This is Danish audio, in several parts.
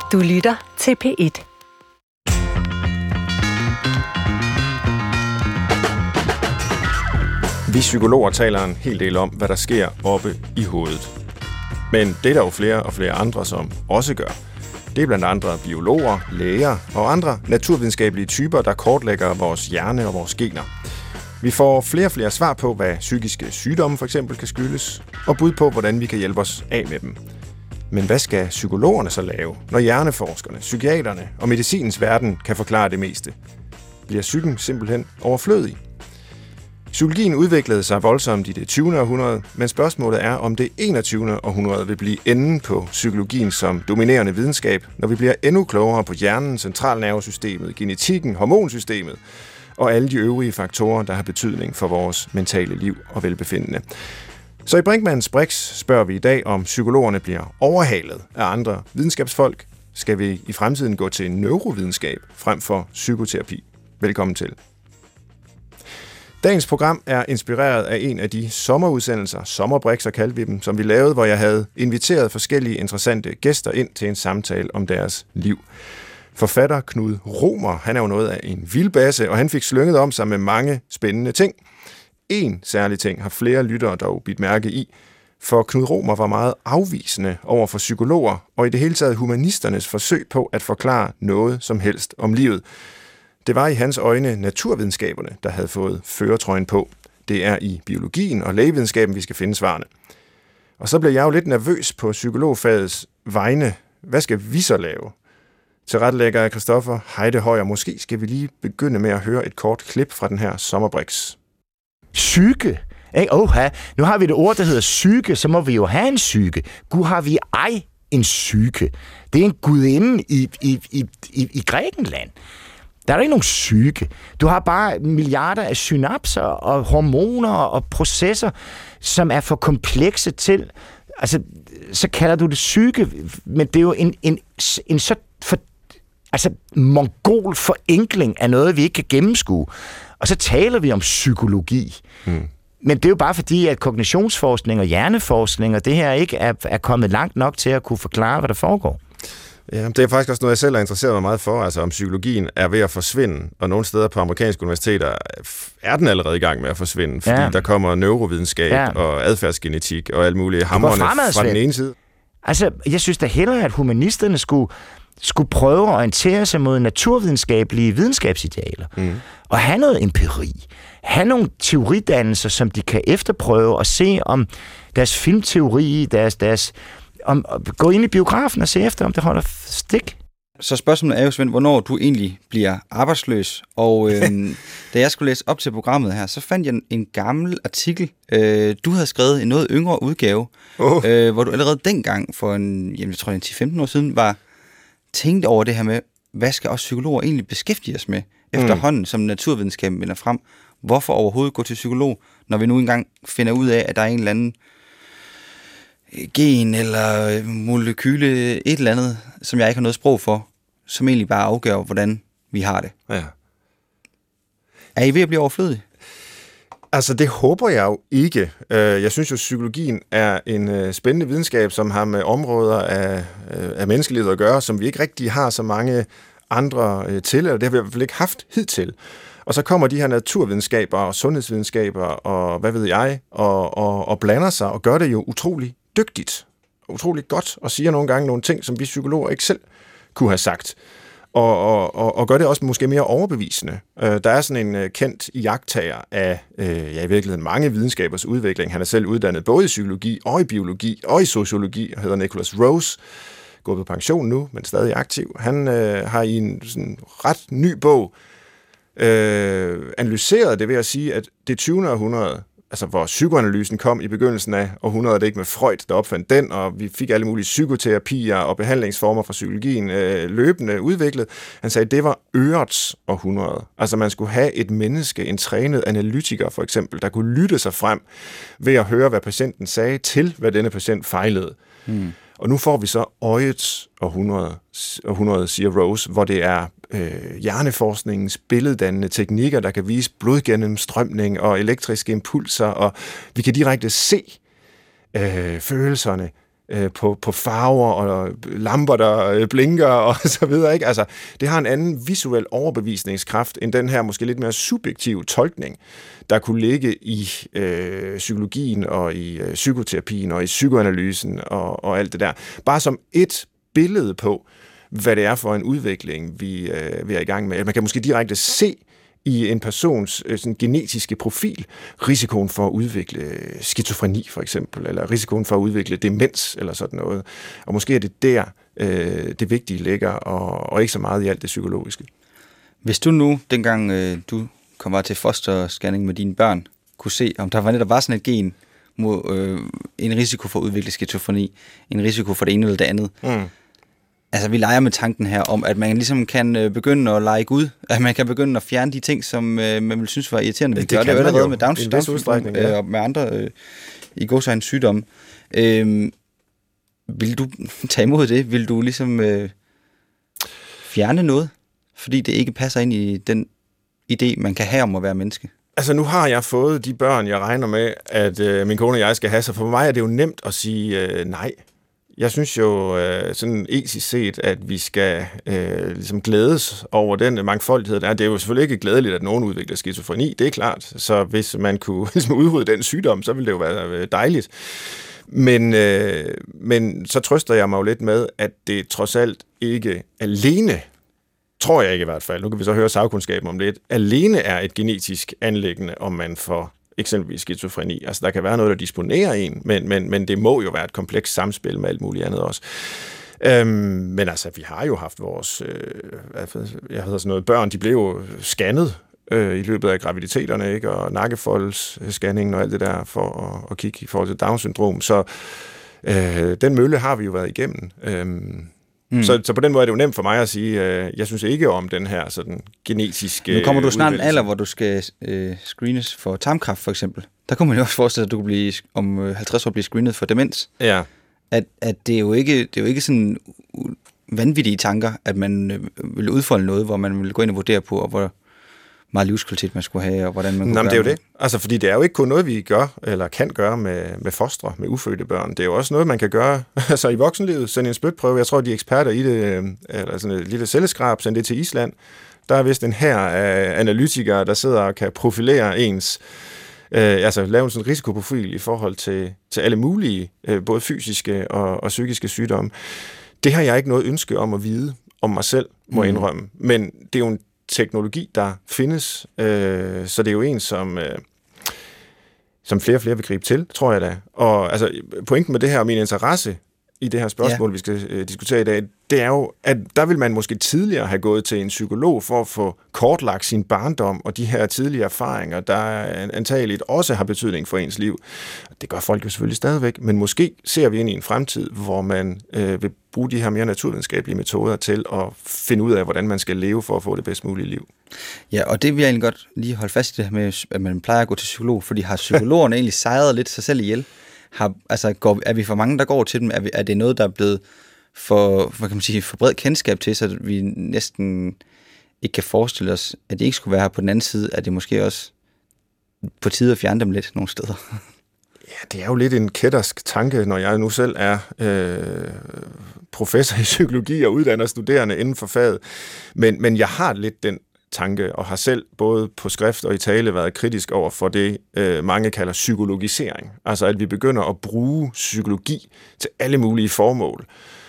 Du lytter til P1. Vi psykologer taler en hel del om, hvad der sker oppe i hovedet. Men det er der jo flere og flere andre, som også gør. Det er blandt andre biologer, læger og andre naturvidenskabelige typer, der kortlægger vores hjerne og vores gener. Vi får flere og flere svar på, hvad psykiske sygdomme for eksempel kan skyldes, og bud på, hvordan vi kan hjælpe os af med dem. Men hvad skal psykologerne så lave, når hjerneforskerne, psykiaterne og medicinens verden kan forklare det meste? Bliver psyken simpelthen overflødig? Psykologien udviklede sig voldsomt i det 20. århundrede, men spørgsmålet er, om det 21. århundrede vil blive enden på psykologien som dominerende videnskab, når vi bliver endnu klogere på hjernen, centralnervesystemet, genetikken, hormonsystemet og alle de øvrige faktorer, der har betydning for vores mentale liv og velbefindende. Så i Brinkmanns Brix spørger vi i dag, om psykologerne bliver overhalet af andre videnskabsfolk. Skal vi i fremtiden gå til neurovidenskab frem for psykoterapi? Velkommen til. Dagens program er inspireret af en af de sommerudsendelser, sommerbrixer kaldte vi dem, som vi lavede, hvor jeg havde inviteret forskellige interessante gæster ind til en samtale om deres liv. Forfatter Knud Romer, han er jo noget af en vildbasse, og han fik slynget om sig med mange spændende ting. En særlig ting har flere lyttere dog bidt mærke i, for Knud Romer var meget afvisende over for psykologer, og i det hele taget humanisternes forsøg på at forklare noget som helst om livet. Det var i hans øjne naturvidenskaberne, der havde fået førertrøjen på. Det er i biologien og lægevidenskaben, vi skal finde svarene. Og så blev jeg jo lidt nervøs på psykologfagets vegne. Hvad skal vi så lave? Tilrettelægger Christoffer Heidehøjer. Måske skal vi lige begynde med at høre et kort klip fra den her sommerbrix. Psyke. Nu har vi det ord, der hedder psyke, så må vi jo have en psyke. Gud, har vi ej en psyke. Det er en gudinde i Grækenland. Der er ikke nogen psyke. Du har bare milliarder af synapser og hormoner og processer, som er for komplekse til. Altså, så kalder du det psyke, men det er jo en så mongol forenkling af noget, vi ikke kan gennemskue. Og så taler vi om psykologi. Men det er jo bare fordi, at kognitionsforskning og hjerneforskning og det her ikke er kommet langt nok til at kunne forklare, hvad der foregår. Ja, det er faktisk også noget, jeg selv har interesseret mig meget for, altså om psykologien er ved at forsvinde, og nogle steder på amerikanske universiteter er den allerede i gang med at forsvinde, fordi der kommer neurovidenskab og adfærdsgenetik og alt muligt hamrende fra den ene side. Altså, jeg synes da hellere, at humanisterne skulle prøve at orientere sig mod naturvidenskabelige videnskabsidealer, og have noget empiri, have nogle teoridannelser, som de kan efterprøve og se om deres filmteori, gå ind i biografen og se efter, om det holder stik. Så spørgsmålet er jo, Svend, hvornår du egentlig bliver arbejdsløs. Og da jeg skulle læse op til programmet her, så fandt jeg en gammel artikel, du havde skrevet en noget yngre udgave, hvor du allerede dengang for jeg tror 10-15 år siden, var tænkt over det her med, hvad skal os psykologer egentlig beskæftige os med efterhånden, som naturvidenskaben vender frem. Hvorfor overhovedet gå til psykolog, når vi nu engang finder ud af, at der er en eller anden gen eller molekyle, et eller andet, som jeg ikke har noget sprog for, som egentlig bare afgør, hvordan vi har det. Ja. Er I ved at blive overflødige? Altså, det håber jeg jo ikke. Jeg synes jo, psykologien er en spændende videnskab, som har med områder af menneskelivet at gøre, som vi ikke rigtig har så mange andre til, eller det har vi i hvert fald ikke haft hidtil. Og så kommer de her naturvidenskaber og sundhedsvidenskaber og hvad ved jeg, og blander sig og gør det jo utrolig dygtigt, utrolig godt, og siger nogle gange nogle ting, som vi psykologer ikke selv kunne have sagt. Og gør det også måske mere overbevisende. Der er sådan en kendt iagttager af i virkeligheden mange videnskabers udvikling. Han er selv uddannet både i psykologi og i biologi og i sociologi, og hedder Nicholas Rose. Gået på pension nu, men stadig aktiv. Han har i en sådan ret ny bog analyseret det ved at sige, at det 20. århundrede, altså hvor psykoanalysen kom i begyndelsen af århundredet, ikke med Freud, der opfandt den, og vi fik alle mulige psykoterapier og behandlingsformer fra psykologien løbende udviklet. Han sagde, at det var ørets århundrede. Altså man skulle have et menneske, en trænet analytiker for eksempel, der kunne lytte sig frem ved at høre, hvad patienten sagde til, hvad denne patient fejlede. Og nu får vi så øjets århundrede, siger Rose, hvor det er hjerneforskningens billeddannende teknikker, der kan vise blodgennemstrømning og elektriske impulser, og vi kan direkte se følelserne på farver og lamper, der blinker og så videre, ikke? Altså, det har en anden visuel overbevisningskraft end den her måske lidt mere subjektive tolkning, der kunne ligge i psykologien og i psykoterapien og i psykoanalysen og alt det der. Bare som et billede på, hvad det er for en udvikling, vi er i gang med. Man kan måske direkte se i en persons sådan, genetiske profil risikoen for at udvikle skizofreni for eksempel, eller risikoen for at udvikle demens eller sådan noget. Og måske er det der, det vigtige ligger, og ikke så meget i alt det psykologiske. Hvis du nu, dengang du kom til fosterscanning med dine børn, kunne se, om der var sådan et gen mod en risiko for at udvikle skizofreni, en risiko for det ene eller det andet. Altså, vi leger med tanken her om, at man ligesom kan begynde at lege Gud, at man kan begynde at fjerne de ting, som man vil synes var irriterende. Vi gør det jo allerede med Down-syndrom og med andre i gåseøjne sygdomme. Vil du tage imod det? Vil du ligesom fjerne noget, fordi det ikke passer ind i den idé, man kan have om at være menneske? Altså, nu har jeg fået de børn, jeg regner med, at min kone og jeg skal have, så for mig er det jo nemt at sige nej. Jeg synes jo sådan etisk set, at vi skal ligesom glædes over den mangfoldighed, der er. Det er jo selvfølgelig ikke glædeligt, at nogen udvikler skizofreni, det er klart. Så hvis man kunne ligesom udrydde den sygdom, så ville det jo være dejligt. Men så trøster jeg mig jo lidt med, at det trods alt ikke alene, tror jeg ikke i hvert fald, nu kan vi så høre sagkundskaben om lidt, alene er et genetisk anliggende, om man får eksempelvis skizofreni. Altså, der kan være noget, der disponerer en, men det må jo være et komplekst samspil med alt muligt andet også. Men altså, vi har jo haft vores børn, de blev jo scannet i løbet af graviditeterne, ikke? Og nakkefoldsscanningen og alt det der, for at kigge i forhold til Down-syndrom. Så den mølle har vi jo været igennem. Så på den måde er det jo nemt for mig at sige, jeg synes ikke om den her sådan genetiske nu kommer du snart en udvælgelse. alder, hvor du skal screenes for tarmkræft for eksempel. Der kunne man jo også forestille sig, at du kunne blive, om 50 år blive screenet for demens. Ja. At det er jo ikke sådan vanvittige tanker, at man vil udfolde noget, hvor man vil gå ind og vurdere på, og hvor meget livskvalitet man skulle have, og hvordan man kunne gøre det er jo det. Altså, fordi det er jo ikke kun noget, vi gør, eller kan gøre med fostre, med ufødte børn. Det er jo også noget, man kan gøre altså i voksenlivet. Sende en spytprøve. Jeg tror, de er eksperter i det, eller sådan et lille celleskrab, sende det til Island. Der er vist en hær af analytikere, der sidder og kan profilere ens, altså lave en sådan risikoprofil i forhold til alle mulige, både fysiske og psykiske sygdomme. Det har jeg ikke noget ønske om at vide om mig selv, må jeg indrømme. Men det er jo en teknologi, der findes, så det er jo en, som flere og flere vil gribe til, tror jeg da. Og altså, pointen med det her, og min interesse i det her spørgsmål, vi skal diskutere i dag, det er jo, at der vil man måske tidligere have gået til en psykolog for at få kortlagt sin barndom og de her tidlige erfaringer, der antageligt også har betydning for ens liv. Det gør folk jo selvfølgelig stadigvæk, men måske ser vi ind i en fremtid, hvor man vil bruge de her mere naturvidenskabelige metoder til at finde ud af, hvordan man skal leve for at få det bedst mulige liv. Ja, og det vil jeg egentlig godt lige holde fast i det her med, at man plejer at gå til psykolog, fordi har psykologerne egentlig sejret lidt sig selv ihjel? Er vi for mange, der går til dem? Er det noget, der er blevet for bred kendskab til, så vi næsten ikke kan forestille os, at det ikke skulle være her på den anden side? Er det måske også på tide at fjerne dem lidt nogle steder? Ja, det er jo lidt en kættersk tanke, når jeg nu selv er professor i psykologi og uddanner studerende inden for faget. Men jeg har lidt den tanke, og har selv både på skrift og i tale været kritisk over for det, mange kalder psykologisering. Altså at vi begynder at bruge psykologi til alle mulige formål.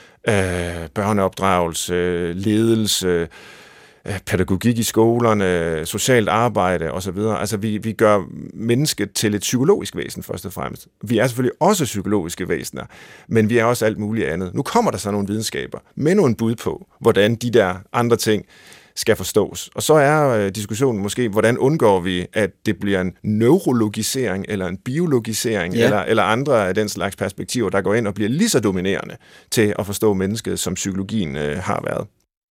Børneopdragelse, ledelse, pædagogik i skolerne, socialt arbejde osv. Altså vi gør mennesket til et psykologisk væsen først og fremmest. Vi er selvfølgelig også psykologiske væsener, men vi er også alt muligt andet. Nu kommer der så nogle videnskaber med nogle bud på, hvordan de der andre ting skal forstås. Og så er diskussionen måske, hvordan undgår vi, at det bliver en neurologisering eller en biologisering eller andre af den slags perspektiver, der går ind og bliver lige så dominerende til at forstå mennesket, som psykologien har været.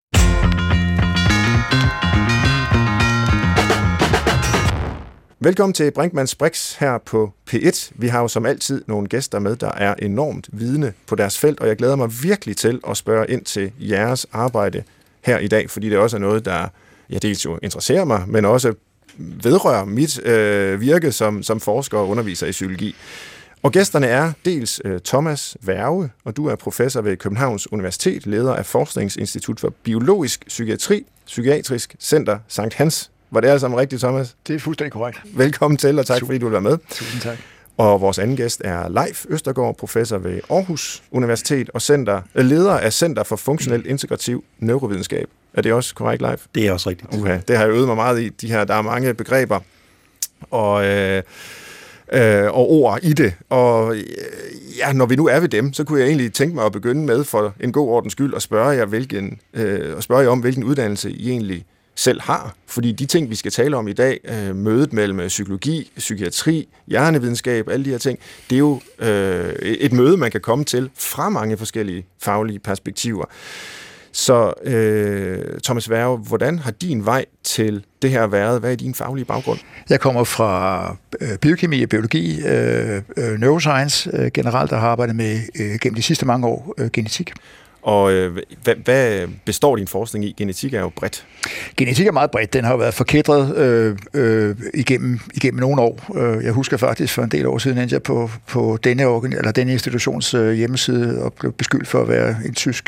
Velkommen til Brinkmanns Brix her på P1. Vi har jo som altid nogle gæster med, der er enormt vidende på deres felt, og jeg glæder mig virkelig til at spørge ind til jeres arbejde her i dag, fordi det også er noget, der dels jo interesserer mig, men også vedrører mit virke som forsker og underviser i psykologi. Og gæsterne er dels Thomas Werge, og du er professor ved Københavns Universitet, leder af Forskningsinstitut for Biologisk Psykiatri, Psykiatrisk Center Sankt Hans. Var det alle sammen rigtigt, Thomas? Det er fuldstændig korrekt. Velkommen til, og tak fordi du vil være med. Tusind tak. Og vores anden gæst er Leif Østergaard, professor ved Aarhus Universitet og leder af Center for Funktionel Integrativ Neurovidenskab. Er det også korrekt, Leif? Det er også rigtigt. Det har jeg øvet mig meget i. Der er mange begreber og ord i det. Og når vi nu er ved dem, så kunne jeg egentlig tænke mig at begynde med for en god ordens skyld at spørge jer om, hvilken uddannelse I egentlig selv har. Fordi de ting, vi skal tale om i dag, mødet mellem psykologi, psykiatri, hjernevidenskab, alle de her ting, det er jo et møde, man kan komme til fra mange forskellige faglige perspektiver. Så Thomas Werge, hvordan har din vej til det her været? Hvad er din faglige baggrund? Jeg kommer fra biokemi og biologi, neuroscience generelt, og har arbejdet med gennem de sidste mange år genetik. Og hvad består din forskning i? Genetik er jo bredt. Genetik er meget bredt. Den har jo været forkætret igennem nogle år. Jeg husker faktisk for en del år siden, at jeg på denne institutions hjemmeside og blev beskyldt for at være en tysk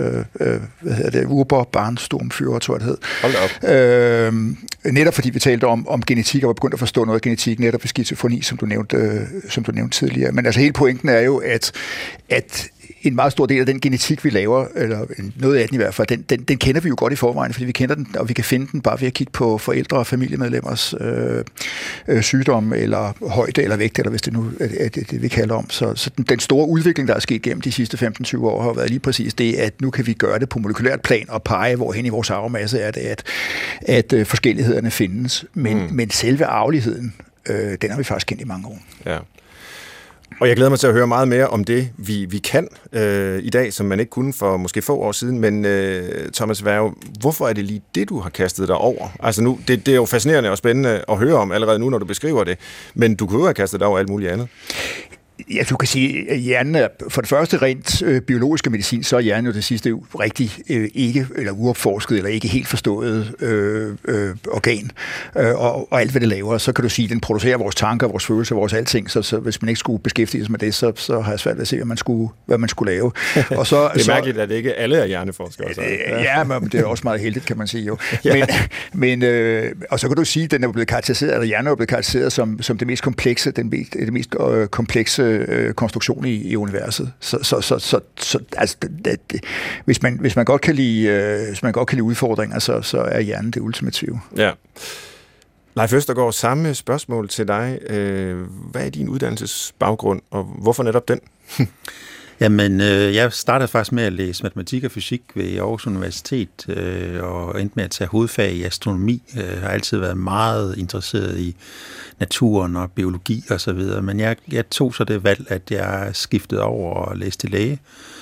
Urbar-Barnsturmführer, tror jeg det hed. Hold da op. Netop fordi vi talte om genetik, og var begyndt at forstå noget af genetik, netop ved skizofreni, som du nævnte tidligere. Men altså hele pointen er jo, at en meget stor del af den genetik, vi laver, eller noget af den i hvert fald, den kender vi jo godt i forvejen, fordi vi kender den, og vi kan finde den bare ved at kigge på forældre og familiemedlemmers sygdom, eller højde, eller vægt, eller hvis det nu er det, vi kalder om. Så den store udvikling, der er sket gennem de sidste 15-20 år, har været lige præcis det, at nu kan vi gøre det på molekylært plan og pege, hvorhen i vores arvemasse er det, at forskellighederne findes. Men selve arveligheden, den har vi faktisk kendt i mange år. Ja. Og jeg glæder mig til at høre meget mere om det, vi kan i dag, som man ikke kunne for måske få år siden. Men Thomas Werge, hvorfor er det lige det, du har kastet dig over? Altså nu, det er jo fascinerende og spændende at høre om allerede nu, når du beskriver det. Men du kunne jo have kastet dig over alt muligt andet. Ja, du kan sige, at hjernen er for det første rent biologiske medicin, så er hjernen jo det sidste rigtig ikke, eller uopforsket, eller ikke helt forstået organ. Og alt, hvad det laver, så kan du sige, at den producerer vores tanker, vores følelser, vores alting. Så hvis man ikke skulle beskæftige sig med det, så har jeg svært ved at se, hvad man skulle lave. Og så, det er mærkeligt, at det ikke alle er hjerneforskere. Ja, men det er også meget heldigt, kan man sige jo. Ja. Men og så kan du sige, at den er blevet karakteriseret, eller hjernen er blevet karakteriseret som det mest komplekse, det mest komplekse konstruktion i universet. Så altså, hvis man godt kan lide udfordringer, så er hjernen det ultimative. Ja. Leif Østergaard, samme spørgsmål til dig. Hvad er din uddannelsesbaggrund, og hvorfor netop den? Jamen, jeg startede faktisk med at læse matematik og fysik ved Aarhus Universitet, og endte med at tage hovedfag i astronomi. Jeg har altid været meget interesseret i naturen og biologi og så videre, men jeg tog så det valg, at jeg skiftede over og læste læge,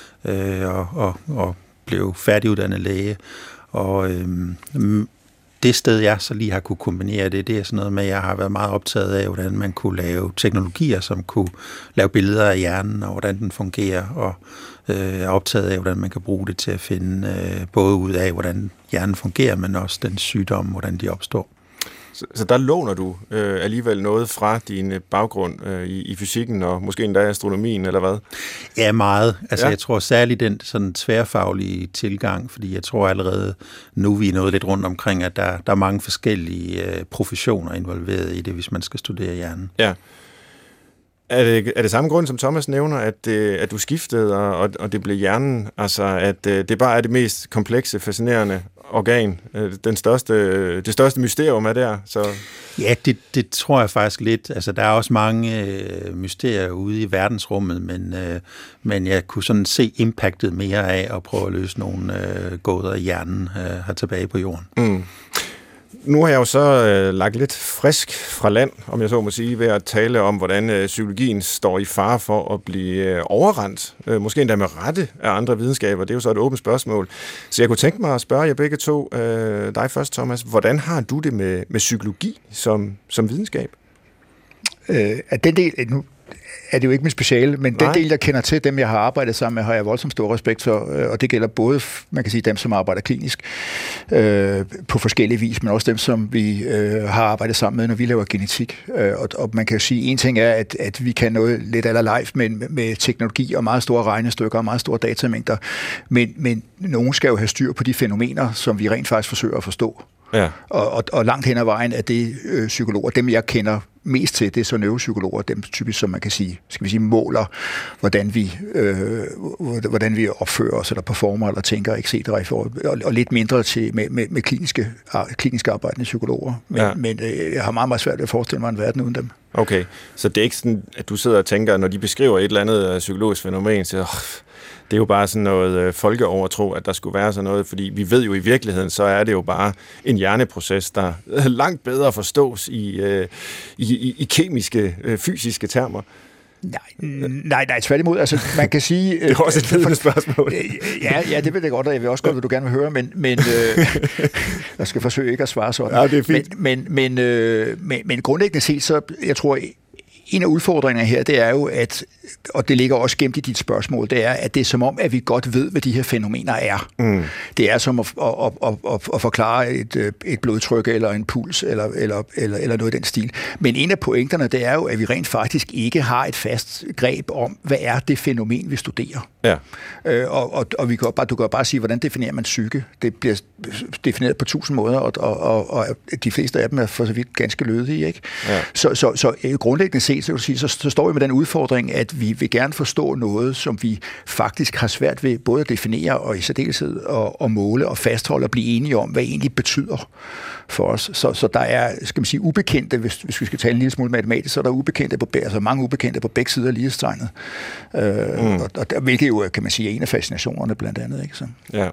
og blev færdiguddannet læge. Og det sted, jeg så lige har kunne kombinere det er sådan noget med, at jeg har været meget optaget af, hvordan man kunne lave teknologier, som kunne lave billeder af hjernen, og hvordan den fungerer, og er optaget af, hvordan man kan bruge det til at finde både ud af, hvordan hjernen fungerer, men også den sygdom, hvordan de opstår. Så der låner du alligevel noget fra din baggrund i fysikken, og måske endda astronomien, eller hvad? Ja, meget. Altså, Jeg tror særligt den sådan tværfaglige tilgang, fordi jeg tror allerede nu, vi er nået lidt rundt omkring, at der er mange forskellige professioner involveret i det, hvis man skal studere hjernen. Ja. Er det samme grund, som Thomas nævner, at du skiftede, og det blev hjernen? Altså, at det bare er det mest komplekse, fascinerende organ. Det største mysterium er der. Så. Ja, det tror jeg faktisk lidt. Altså, der er også mange mysterier ude i verdensrummet, men jeg kunne sådan se impactet mere af at prøve at løse nogle gåder i hjernen her tilbage på jorden. Mm. Nu har jeg jo så lagt lidt frisk fra land, om jeg så må sige, ved at tale om, hvordan psykologien står i fare for at blive overrendt. Måske endda med rette af andre videnskaber. Det er jo så et åbent spørgsmål. Så jeg kunne tænke mig at spørge jer begge to, dig først, Thomas. Hvordan har du det med psykologi som videnskab? At den del, er det jo ikke min speciale, men den del, jeg kender til, dem jeg har arbejdet sammen med, har jeg voldsomt stor respekt for, og det gælder både, man kan sige, dem, som arbejder klinisk på forskellige vis, men også dem, som vi har arbejdet sammen med, når vi laver genetik. Og man kan jo sige, en ting er, at vi kan noget lidt aller live med teknologi og meget store regnestykker og meget store datamængder, men nogen skal jo have styr på de fænomener, som vi rent faktisk forsøger at forstå. Ja. Og langt hen ad vejen er det psykologer, dem jeg kender mest til, det er så neuropsykologer, dem typisk, som man kan sige, måler, hvordan vi opfører os, eller performer, eller tænker, etc. Og lidt mindre til med kliniske arbejdende psykologer. Men jeg har meget, meget svært ved at forestille mig en verden uden dem. Okay, så det er ikke sådan, at du sidder og tænker, når de beskriver et eller andet psykologisk fænomen, så det er jo bare sådan noget folkeovertro, at der skulle være sådan noget, fordi vi ved jo i virkeligheden, så er det jo bare en hjerneproces, der langt bedre forstås i kemiske, fysiske termer. Nej, tværtimod. Altså, man kan sige... Det er også et fedende spørgsmål. Ja, det ved jeg godt, og jeg vil også godt, hvad du gerne vil høre, men jeg skal forsøge ikke at svare sådan. Ja, det er fint. Men grundlæggende set, så jeg tror... En af udfordringerne her, det er jo, og det ligger også gemt i dit spørgsmål, det er, at det er som om, at vi godt ved, hvad de her fænomener er. Mm. Det er som at forklare et blodtryk, eller en puls, eller noget i den stil. Men en af pointerne, det er jo, at vi rent faktisk ikke har et fast greb om, hvad er det fænomen, vi studerer. Ja. Og vi kan du kan bare sige, hvordan definerer man psyke? Det bliver defineret på 1000 måder, og de fleste af dem er for så vidt ganske lødige, ikke? Ja. Så grundlæggende set, så står vi med den udfordring, at vi vil gerne forstå noget, som vi faktisk har svært ved både at definere og i særdeleshed at måle og fastholde og blive enige om, hvad det egentlig betyder for os. Så der er, skal man sige, ubekendte, hvis vi skal tale en lille smule matematisk, så er der mange ubekendte på begge sider af lighedstegnet. Hvilket jo, kan man sige, er en af fascinationerne blandt andet. Ikke? Så. Ja.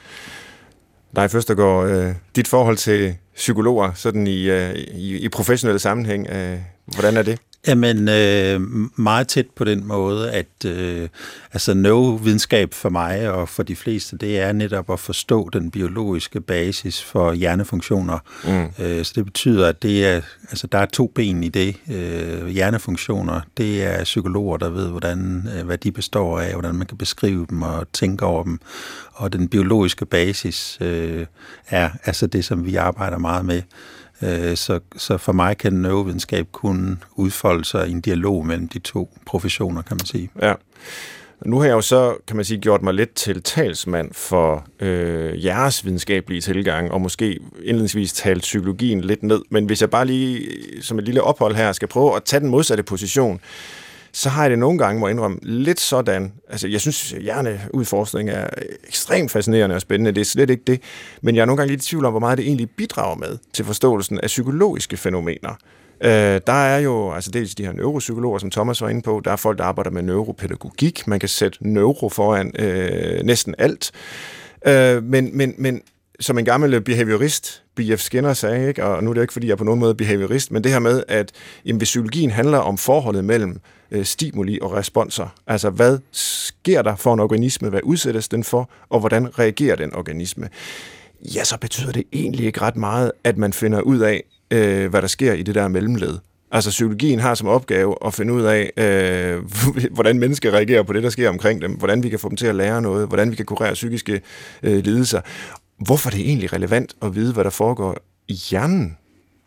Leif Østergaard, dit forhold til psykologer sådan i professionelle sammenhæng, hvordan er det? Jamen, meget tæt på den måde, at neurovidenskab for mig og for de fleste, det er netop at forstå den biologiske basis for hjernefunktioner. Så det betyder, at der er 2 ben i det. Hjernefunktioner, det er psykologer, der ved, hvad de består af, hvordan man kan beskrive dem og tænke over dem. Og den biologiske basis er altså det, som vi arbejder meget med. Så for mig kan neurovidenskab kun udfolde sig i en dialog mellem de 2 professioner, kan man sige. Ja. Nu har jeg jo så, kan man sige, gjort mig lidt til talsmand for jeres videnskabelige tilgang, og måske indledningsvis talt psykologien lidt ned. Men hvis jeg bare lige som et lille ophold her skal prøve at tage den modsatte position, så har jeg det nogle gange, må jeg indrømme, lidt sådan. Altså, jeg synes, hjerneudforskning er ekstremt fascinerende og spændende. Det er slet ikke det. Men jeg er nogle gange lidt i tvivl om, hvor meget det egentlig bidrager med til forståelsen af psykologiske fænomener. Der er jo altså dels de her neuropsykologer, som Thomas var inde på. Der er folk, der arbejder med neuropædagogik. Man kan sætte neuro foran næsten alt. Men som en gammel behaviorist, B.F. Skinner sagde, ikke? Og nu er det ikke, fordi jeg er på nogen måde behaviorist, men det her med, at hvis psykologien handler om forholdet mellem stimuli og responser, altså hvad sker der for en organisme, hvad udsættes den for, og hvordan reagerer den organisme, ja, så betyder det egentlig ikke ret meget, at man finder ud af, hvad der sker i det der mellemled. Altså psykologien har som opgave at finde ud af, hvordan mennesker reagerer på det, der sker omkring dem, hvordan vi kan få dem til at lære noget, hvordan vi kan kurere psykiske lidelser. Hvorfor er det egentlig relevant at vide, hvad der foregår i hjernen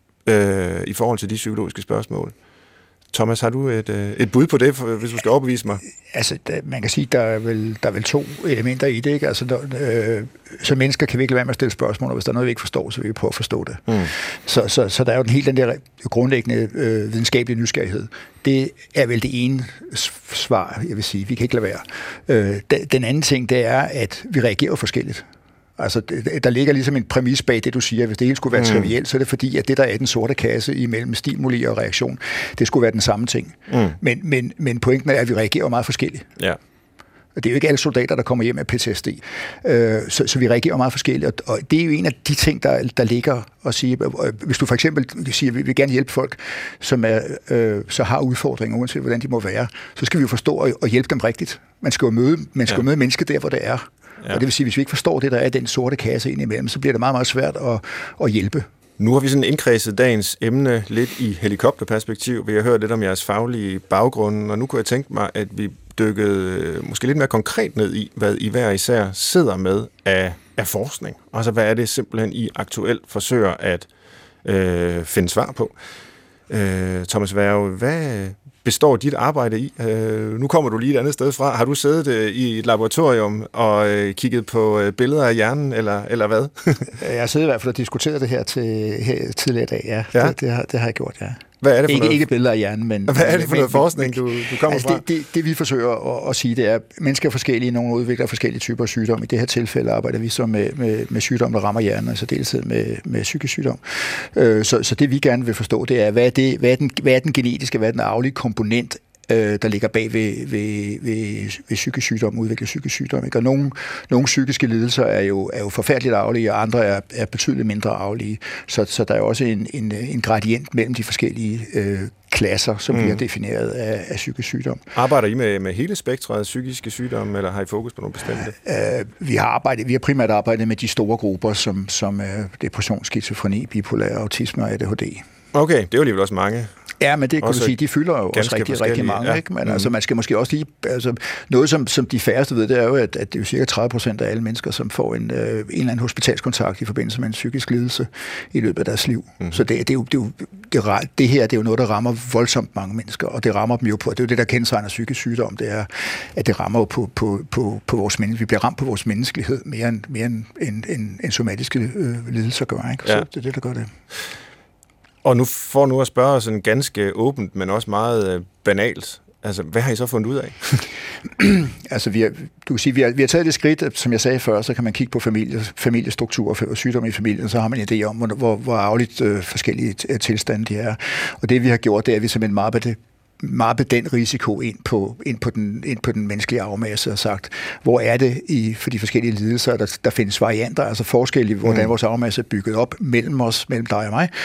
i forhold til de psykologiske spørgsmål? Thomas, har du et bud på det, hvis du skal overbevise mig? Altså, man kan sige, der er vel 2 elementer i det, ikke? Altså, som mennesker kan vi ikke lade være med at stille spørgsmål, og hvis der er noget, vi ikke forstår, så vil vi prøve at forstå det. Mm. Så der er jo den der grundlæggende videnskabelige nysgerrighed. Det er vel det ene svar, jeg vil sige. Vi kan ikke lade være. Den anden ting, det er, at vi reagerer forskelligt. Altså, der ligger ligesom en præmis bag det, du siger. Hvis det hele skulle være trivielt, så er det fordi, at det, der er den sorte kasse imellem stimuli og reaktion, det skulle være den samme ting. Men pointen er, at vi reagerer meget forskelligt. Ja. Og det er jo ikke alle soldater, der kommer hjem med PTSD. Så vi reagerer meget forskelligt. Og det er jo en af de ting, der ligger at sige. Hvis du for eksempel siger, at vi vil gerne hjælpe folk, som så har udfordringer, uanset hvordan de må være, så skal vi jo forstå og hjælpe dem rigtigt. Man skal jo møde mennesket der, hvor det er. Ja. Og det vil sige, hvis vi ikke forstår det, der er den sorte kasse indimellem, så bliver det meget, meget svært at hjælpe. Nu har vi sådan indkredset dagens emne lidt i helikopterperspektiv. Vi har hørt lidt om jeres faglige baggrunde, og nu kunne jeg tænke mig, at vi dykkede måske lidt mere konkret ned i, hvad I hver især sidder med af forskning. Altså, hvad er det simpelthen, I aktuelt forsøger at finde svar på? Thomas Werge, hvad består dit arbejde i? Nu kommer du lige et andet sted fra. Har du siddet i et laboratorium og kigget på billeder af hjernen, eller hvad? Jeg har siddet i hvert fald og diskuteret det her tidligere i dag, ja. Det har jeg gjort, ja. Hvad er det for noget? Ikke billeder af hjernen, men... Hvad er det for noget forskning, du kommer fra? Det vi forsøger at sige, det er, at mennesker er forskellige, nogle udvikler forskellige typer af sygdom. I det her tilfælde arbejder vi så med sygdom, der rammer hjernen, altså deltid med psykisk sygdom. Så det vi gerne vil forstå, det er, hvad er den genetiske, hvad er den arvelige komponent, der ligger bag ved psykisk sygdom, udviklet psykisk sygdom. Ikke? Og nogle psykiske lidelser er jo forfærdeligt arvelige, og andre er betydeligt mindre arvelige. Så der er også en gradient mellem de forskellige klasser, som bliver defineret af psykisk sygdom. Arbejder I med hele spektret af psykiske sygdomme, eller har I fokus på nogle bestemte? Vi har primært arbejdet med de store grupper, som depression, skizofreni, bipolar, autisme og ADHD. Okay, det er jo alligevel også mange. Ja, men det kan du sige, de fylder jo også rigtig mange, ja. Ikke? Men altså, man skal måske også lige... Altså, noget, som de færreste ved, det er jo, at det er jo cirka 30% af alle mennesker, som får en eller anden hospitalskontakt i forbindelse med en psykisk lidelse i løbet af deres liv. Så det her det er jo noget, der rammer voldsomt mange mennesker, og det rammer dem jo på... Det er jo det, der kendetegner psykisk sygdom, det er, at det rammer jo på vores menneske. Vi bliver ramt på vores menneskelighed mere end somatiske lidelser gør, ikke? Så det er det, der gør det. Og nu at spørge sådan ganske åbent, men også meget banalt. Altså, hvad har I så fundet ud af? Altså, vi har taget det skridt, som jeg sagde før, så kan man kigge på familiestruktur og sygdom i familien, så har man en idé om, hvor arveligt forskellige tilstande de er. Og det vi har gjort, det er, at vi simpelthen mappe den risiko ind på den menneskelige arvemasse og sagt, hvor er det for de forskellige lidelser, der findes varianter, altså forskellige, hvordan vores arvemasse er bygget op mellem dig og mig,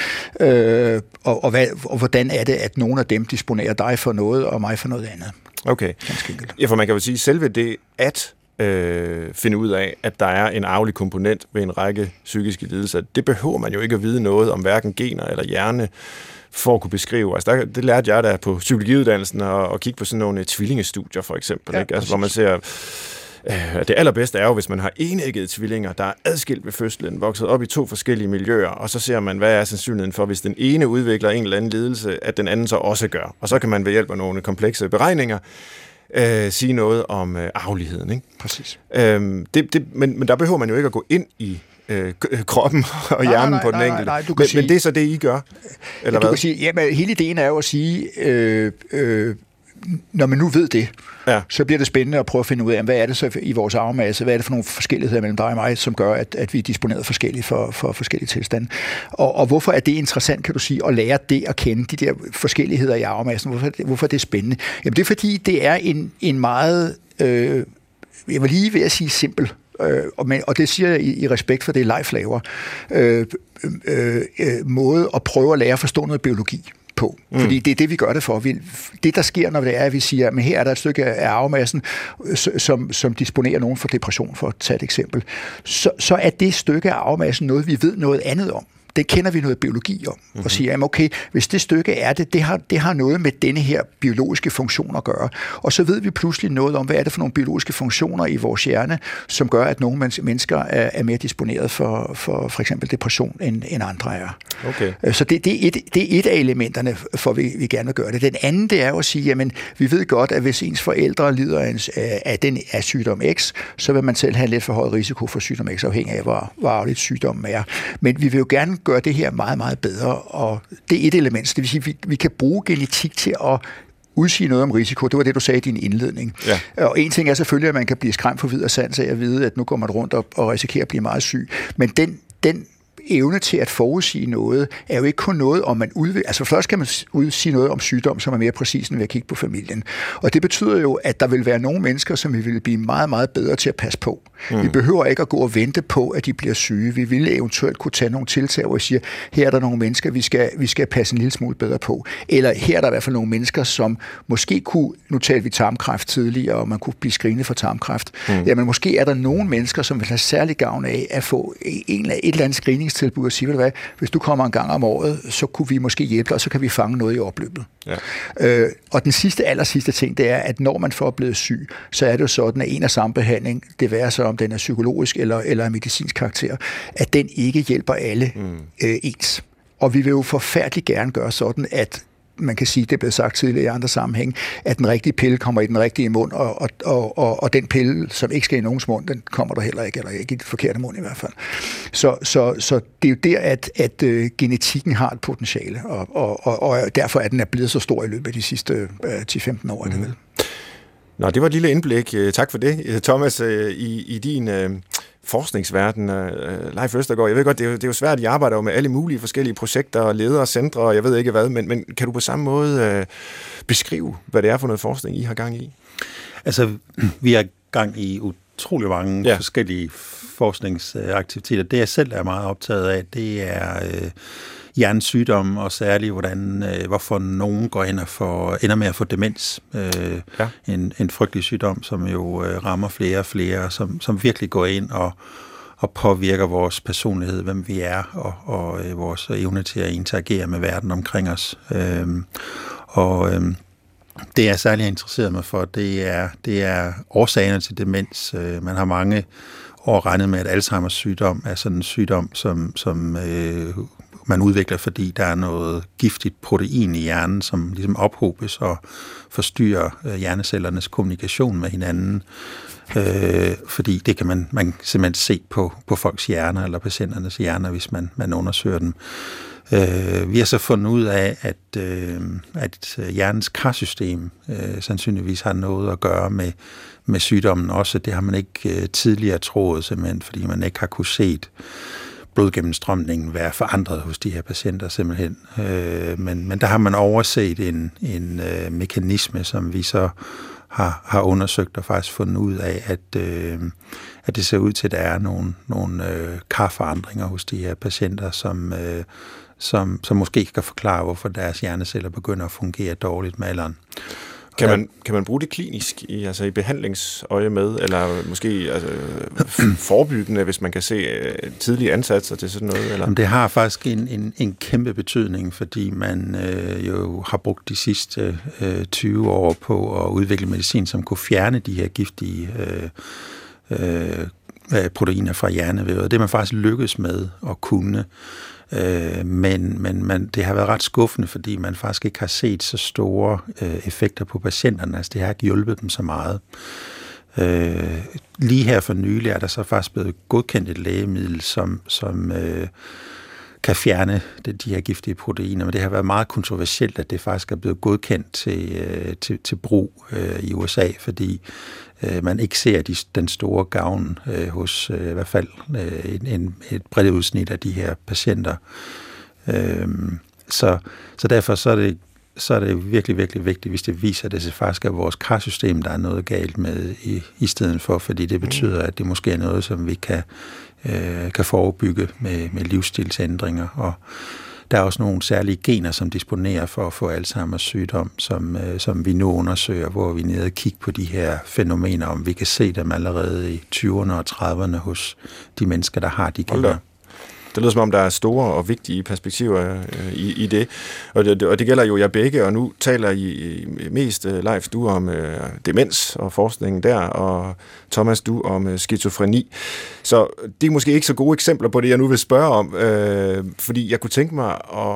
og hvordan er det, at nogle af dem disponerer dig for noget, og mig for noget andet. Okay. Ja, for man kan jo sige, selve det at finde ud af, at der er en arvelig komponent ved en række psykiske lidelser, det behøver man jo ikke at vide noget om hverken gener eller hjerne, for at kunne beskrive. Altså det lærte jeg da på psykologiuddannelsen at kigge på sådan nogle tvillingestudier for eksempel, ikke? Altså, hvor man ser, det allerbedste er jo, hvis man har enæggede tvillinger, der er adskilt ved fødslen, vokset op i 2 forskellige miljøer, og så ser man, hvad er sandsynligheden for, hvis den ene udvikler en eller anden lidelse, at den anden så også gør. Og så kan man ved hjælp af nogle komplekse beregninger sige noget om arveligheden, ikke? Præcis. Men der behøver man jo ikke at gå ind i kroppen og hjernen på den enkelte. Nej, men det er så det, I gør? Eller du kan sige, jamen, hele ideen er jo at sige, når man nu ved det, så bliver det spændende at prøve at finde ud af, hvad er det så i vores arvemasse, hvad er det for nogle forskelligheder mellem dig og mig, som gør, at vi er disponeret forskelligt for forskellige tilstande. Og hvorfor er det interessant, kan du sige, at lære det at kende, de der forskelligheder i arvemassen? Hvorfor er det spændende? Jamen, det er fordi, det er en meget, jeg var lige ved at sige simpel, og det siger jeg i respekt for det, Leif laver, måde at prøve at lære at forstå noget biologi på. Fordi det er det, vi gør det for. Det, der sker, når det er, at vi siger, at her er der et stykke af arvemassen, som disponerer nogen for depression, for at tage et eksempel, så er det stykke af arvemassen noget, vi ved noget andet om. Det kender vi noget biologi om, og siger, jamen okay, hvis det stykke er det har noget med denne her biologiske funktion at gøre. Og så ved vi pludselig noget om, hvad er det for nogle biologiske funktioner i vores hjerne, som gør, at nogle mennesker er mere disponeret for eksempel depression, end andre er. Okay. Så det er et af elementerne, for vi gerne vil gøre det. Den anden, det er jo at sige, jamen, vi ved godt, at hvis ens forældre lider af sygdom X, så vil man selv have en lidt for høj risiko for sygdom X, afhængig af, hvor arveligt sygdommen er. Men vi vil jo gerne gøre det her meget, meget bedre, og det er et element. Det vil sige, at vi kan bruge genetik til at udsige noget om risiko. Det var det, du sagde i din indledning. Ja. Og en ting er selvfølgelig, at man kan blive skræmt for vid og sans af at vide, at nu går man rundt og risikerer at blive meget syg. Men den evne til at forudsige noget, er jo ikke kun noget, om man udvikler. Altså først kan man udsige noget om sygdom, som er mere præcis end ved at kigge på familien. Og det betyder jo, at der vil være nogle mennesker, som vi vil blive meget, meget bedre til at passe på. Vi behøver ikke at gå og vente på, at de bliver syge. Vi ville eventuelt kunne tage nogle tiltag, hvor vi siger, her er der nogle mennesker, vi skal passe en lille smule bedre på. Eller her er der i hvert fald nogle mennesker, som måske kunne, nu talte vi tarmkræft tidligere, og man kunne blive screenet for tarmkræft. Jamen måske er der nogle mennesker, som vil have særlig gavn af at få et eller andet screening behandlingstilbud og sige, ved du hvad, hvis du kommer en gang om året, så kunne vi måske hjælpe dig, og så kan vi fange noget i opløbet. Ja. Og den allersidste ting, det er, at når man får blevet syg, så er det jo sådan, at en og samme behandling, det være så om den er psykologisk eller medicinsk karakter, at den ikke hjælper alle ens. Og vi vil jo forfærdeligt gerne gøre sådan, at man kan sige, det er blevet sagt tidligere i andre sammenhæng, at den rigtige pille kommer i den rigtige mund, og den pille, som ikke skal i nogens mund, den kommer der heller ikke, eller ikke i den forkerte mund i hvert fald. Så det er jo der, at genetikken har et potentiale, og derfor er den blevet så stor i løbet af de sidste 10-15 år. Det vel. Nå, det var et lille indblik. Tak for det, Thomas, i din forskningsverden. Leif Østergaard, jeg ved godt, det er jo svært, at I arbejder med alle mulige forskellige projekter og ledere, centre, og jeg ved ikke hvad, men kan du på samme måde beskrive, hvad det er for noget forskning, I har gang i? Altså, vi har gang i utrolig mange forskellige forskningsaktiviteter. Det, jeg selv er meget optaget af, det er hjernesygdomme, og særligt, hvorfor nogen går ind og ender med at få demens. En frygtelig sygdom, som jo rammer flere og flere, som virkelig går ind og påvirker vores personlighed, hvem vi er, og vores evne til at interagere med verden omkring os. Det, jeg særlig interesseret mig for, det er årsagerne til demens. Man har mange år regnet med, at Alzheimers sygdom er sådan en sygdom, som man udvikler, fordi der er noget giftigt protein i hjernen, som ligesom ophobes og forstyrrer hjernecellernes kommunikation med hinanden. Fordi det kan man simpelthen se på folks hjerner, eller patienternes hjerner, hvis man undersøger dem. Vi har så fundet ud af, at hjernens karsystem sandsynligvis har noget at gøre med sygdommen også. Det har man ikke tidligere troet, simpelthen, fordi man ikke har kunne set blodgennemstrømningen være forandret hos de her patienter simpelthen. Men der har man overset en mekanisme, som vi så har undersøgt og faktisk fundet ud af, at det ser ud til, at der er nogle karforandringer hos de her patienter, som måske kan forklare, hvorfor deres hjerneceller begynder at fungere dårligt med alderen. Kan man bruge det klinisk i behandlingsøje med, eller måske forebyggende, hvis man kan se tidlige ansatser til sådan noget? Eller? Jamen, det har faktisk en kæmpe betydning, fordi man jo har brugt de sidste 20 år på at udvikle medicin, som kunne fjerne de her giftige proteiner fra hjernevævet. Det er man faktisk lykkes med at kunne. Men det har været ret skuffende, fordi man faktisk ikke har set så store effekter på patienterne. Altså det har ikke hjulpet dem så meget. Lige her for nylig er der så faktisk blevet godkendt et lægemiddel, som kan fjerne de her giftige proteiner, men det har været meget kontroversielt, at det faktisk er blevet godkendt til brug i USA, fordi man ikke ser den store gavn hos i hvert fald et bredt udsnit af de her patienter. Så derfor så er det virkelig, virkelig vigtigt, hvis det viser, at det faktisk er vores karsystem, der er noget galt med i stedet for, fordi det betyder, at det måske er noget, som vi kan forebygge med livsstilsændringer. Og der er også nogle særlige gener, som disponerer for at få Alzheimers sygdom, som vi nu undersøger, hvor vi er nede og kigger på de her fænomener, om vi kan se dem allerede i 20'erne og 30'erne hos de mennesker, der har de gener. Det lyder som om, der er store og vigtige perspektiver i det. Og det gælder jo jer begge, og nu taler I mest, Leif, du om demens og forskningen der, og Thomas, du om skizofreni. Så det er måske ikke så gode eksempler på det, jeg nu vil spørge om, fordi jeg kunne tænke mig,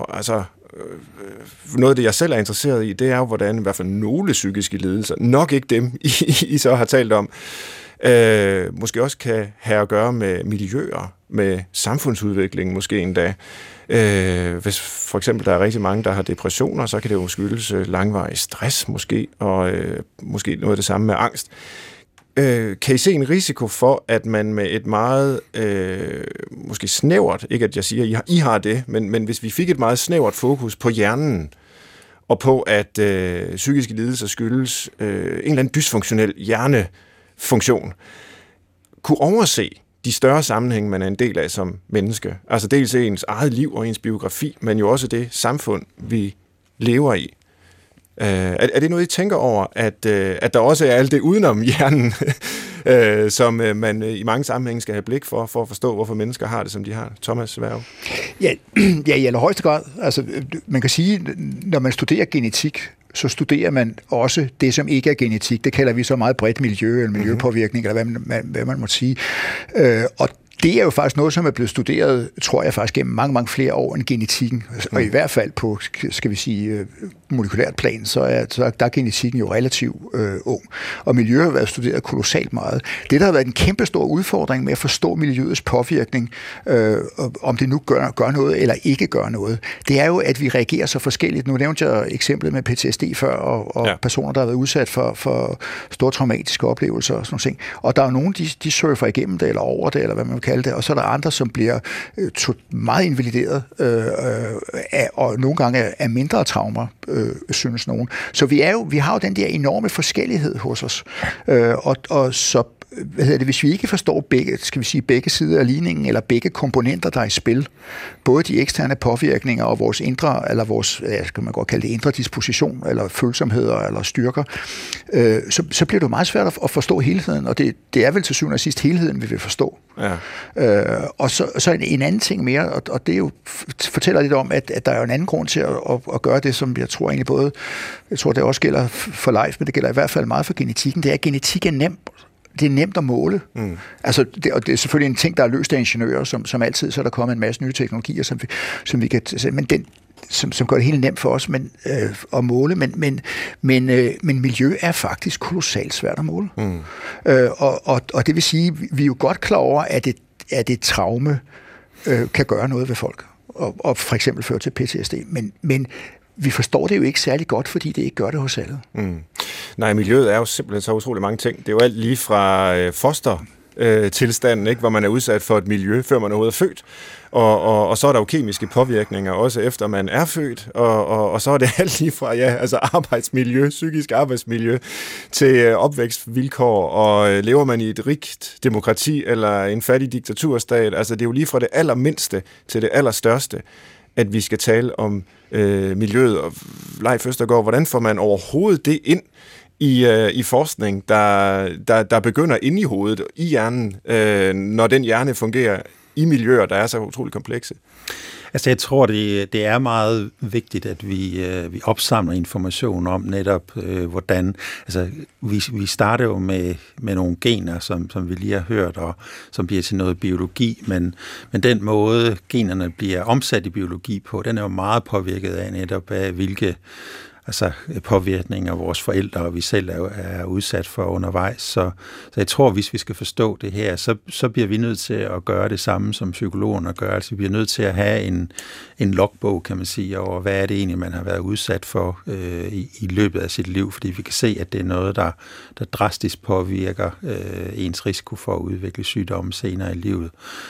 noget af det, jeg selv er interesseret i, det er jo, hvordan i hvert fald nogle psykiske lidelser, nok ikke dem, I så har talt om, måske også kan have at gøre med miljøer, med samfundsudviklingen måske endda. Hvis for eksempel der er rigtig mange, der har depressioner, så kan det jo skyldes langvarig stress måske, og måske noget af det samme med angst. Kan I se en risiko for, at man med et meget, måske snævert, ikke at jeg siger, I har det, men hvis vi fik et meget snævert fokus på hjernen, og på at psykiske lidelser skyldes en eller anden dysfunktionel hjernefunktion, kunne overse de større sammenhænge, man er en del af som menneske. Altså dels ens eget liv og ens biografi, men jo også det samfund, vi lever i. Er det noget, I tænker over, at der også er alt det udenom hjernen, som man i mange sammenhænge skal have blik for at forstå, hvorfor mennesker har det, som de har? Thomas Værge? Ja, i allerhøjeste grad. Altså, man kan sige, når man studerer genetik, så studerer man også det, som ikke er genetik. Det kalder vi så meget bredt miljø, eller miljøpåvirkning, eller hvad man må sige. Og det er jo faktisk noget, som er blevet studeret, tror jeg faktisk, gennem mange, mange flere år end genetikken. Og i hvert fald på, skal vi sige, molekylært plan, så der er genetikken jo relativt ung. Og miljøet har været studeret kolossalt meget. Det, der har været en kæmpe stor udfordring med at forstå miljøets påvirkning, om det nu gør noget eller ikke gør noget, det er jo, at vi reagerer så forskelligt. Nu nævnte jeg eksemplet med PTSD før, og personer, der har været udsat for store traumatiske oplevelser og sådan noget ting. Og der er jo nogen, de surfer igennem det, eller over det, eller hvad man kalde det, og så er der andre, som bliver meget invalideret, og nogle gange er mindre traumer, synes nogen. Så vi har jo den der enorme forskellighed hos os, og så hvis vi ikke forstår begge sider af ligningen, eller begge komponenter, der er i spil, både de eksterne påvirkninger og vores indre, eller vores, skal man godt kalde det, indre disposition, eller følsomheder, eller styrker, så bliver det meget svært at forstå helheden, og det er vel til syvende og sidst helheden, vi vil forstå. Ja. Og så en anden ting mere, og det er jo, fortæller lidt om, at der er jo en anden grund til at gøre det, som jeg tror egentlig jeg tror det også gælder for Leif, men det gælder i hvert fald meget for genetikken, det er, at genetik er nemt. Det er nemt at måle. Altså, og det er selvfølgelig en ting, der er løst af ingeniører, som altid, så er der kommet en masse nye teknologier, som vi kan, men som gør det helt nemt for os at måle, men miljø er faktisk kolossalt svært at måle. Og det vil sige, vi er jo godt klar over, at et traume kan gøre noget ved folk, og for eksempel føre til PTSD, men vi forstår det jo ikke særlig godt, fordi det ikke gør det hos alle. Nej, miljøet er jo simpelthen så utrolig mange ting. Det er jo alt lige fra fostertilstanden, ikke, hvor man er udsat for et miljø, før man overhovedet er født. Og så er der jo kemiske påvirkninger, også efter man er født. Og så er det alt lige fra arbejdsmiljø, psykisk arbejdsmiljø, til opvækstvilkår. Og lever man i et rigt demokrati eller en fattig diktaturstat, altså det er jo lige fra det allermindste til det allerstørste, at vi skal tale om miljøet. Og Leif Østergaard, hvordan får man overhovedet det ind i forskning, der begynder inde i hovedet, i hjernen, når den hjerne fungerer i miljøer, der er så utroligt komplekse? Altså jeg tror, det er meget vigtigt, at vi opsamler information om netop, hvordan... Altså vi starter jo med nogle gener, som vi lige har hørt, og som bliver til noget biologi, men den måde, generne bliver omsat i biologi på, den er jo meget påvirket af netop af, hvilke påvirkninger vores forældre og vi selv er udsat for undervejs. Så jeg tror, hvis vi skal forstå det her, så bliver vi nødt til at gøre det samme, som psykologerne gør. Altså vi bliver nødt til at have en logbog, kan man sige, over hvad er det egentlig, man har været udsat for i løbet af sit liv, fordi vi kan se, at det er noget, der drastisk påvirker ens risiko for at udvikle sygdomme senere i livet.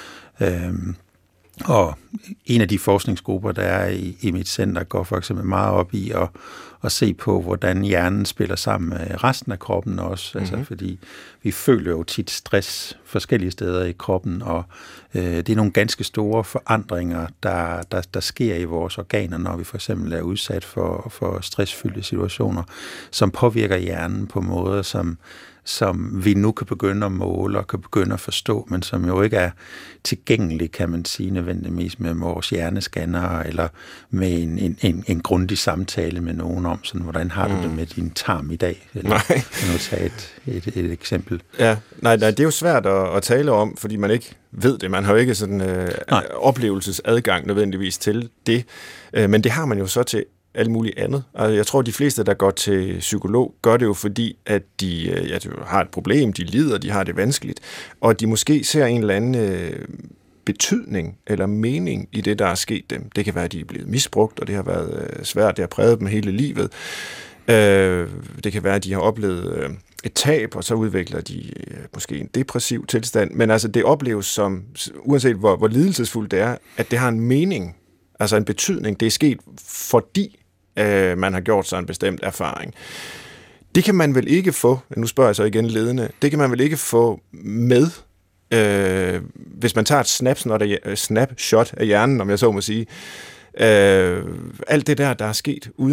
Og en af de forskningsgrupper, der er i mit center, går for eksempel meget op i at se på, hvordan hjernen spiller sammen med resten af kroppen også. Altså, fordi vi føler jo tit stress forskellige steder i kroppen, og det er nogle ganske store forandringer, der sker i vores organer, når vi for eksempel er udsat for stressfyldte situationer, som påvirker hjernen på måder, som vi nu kan begynde at måle og kan begynde at forstå, men som jo ikke er tilgængelige, kan man sige, nødvendigvis med vores hjernescanner eller med en grundig samtale med nogen om, sådan, hvordan har du det med din tarm i dag? Eller kan du tage et eksempel? Ja, nej, det er jo svært at tale om, fordi man ikke ved det. Man har jo ikke sådan oplevelsesadgang nødvendigvis til det, men det har man jo så til alt muligt andet. Altså, jeg tror, de fleste, der går til psykolog, gør det jo fordi, at de har et problem, de lider, de har det vanskeligt, og de måske ser en eller anden betydning eller mening i det, der er sket dem. Det kan være, at de er blevet misbrugt, og det har været svært, det har præget dem hele livet. Det kan være, at de har oplevet et tab, og så udvikler de måske en depressiv tilstand, men altså det opleves som, uanset hvor lidelsesfuldt det er, at det har en mening, altså en betydning. Det er sket, fordi man har gjort sig en bestemt erfaring. Det kan man vel ikke få, nu spørger jeg så igen ledende, det kan man vel ikke få med, hvis man tager et snapshot af hjernen, om jeg så må sige, alt det der er sket udenom.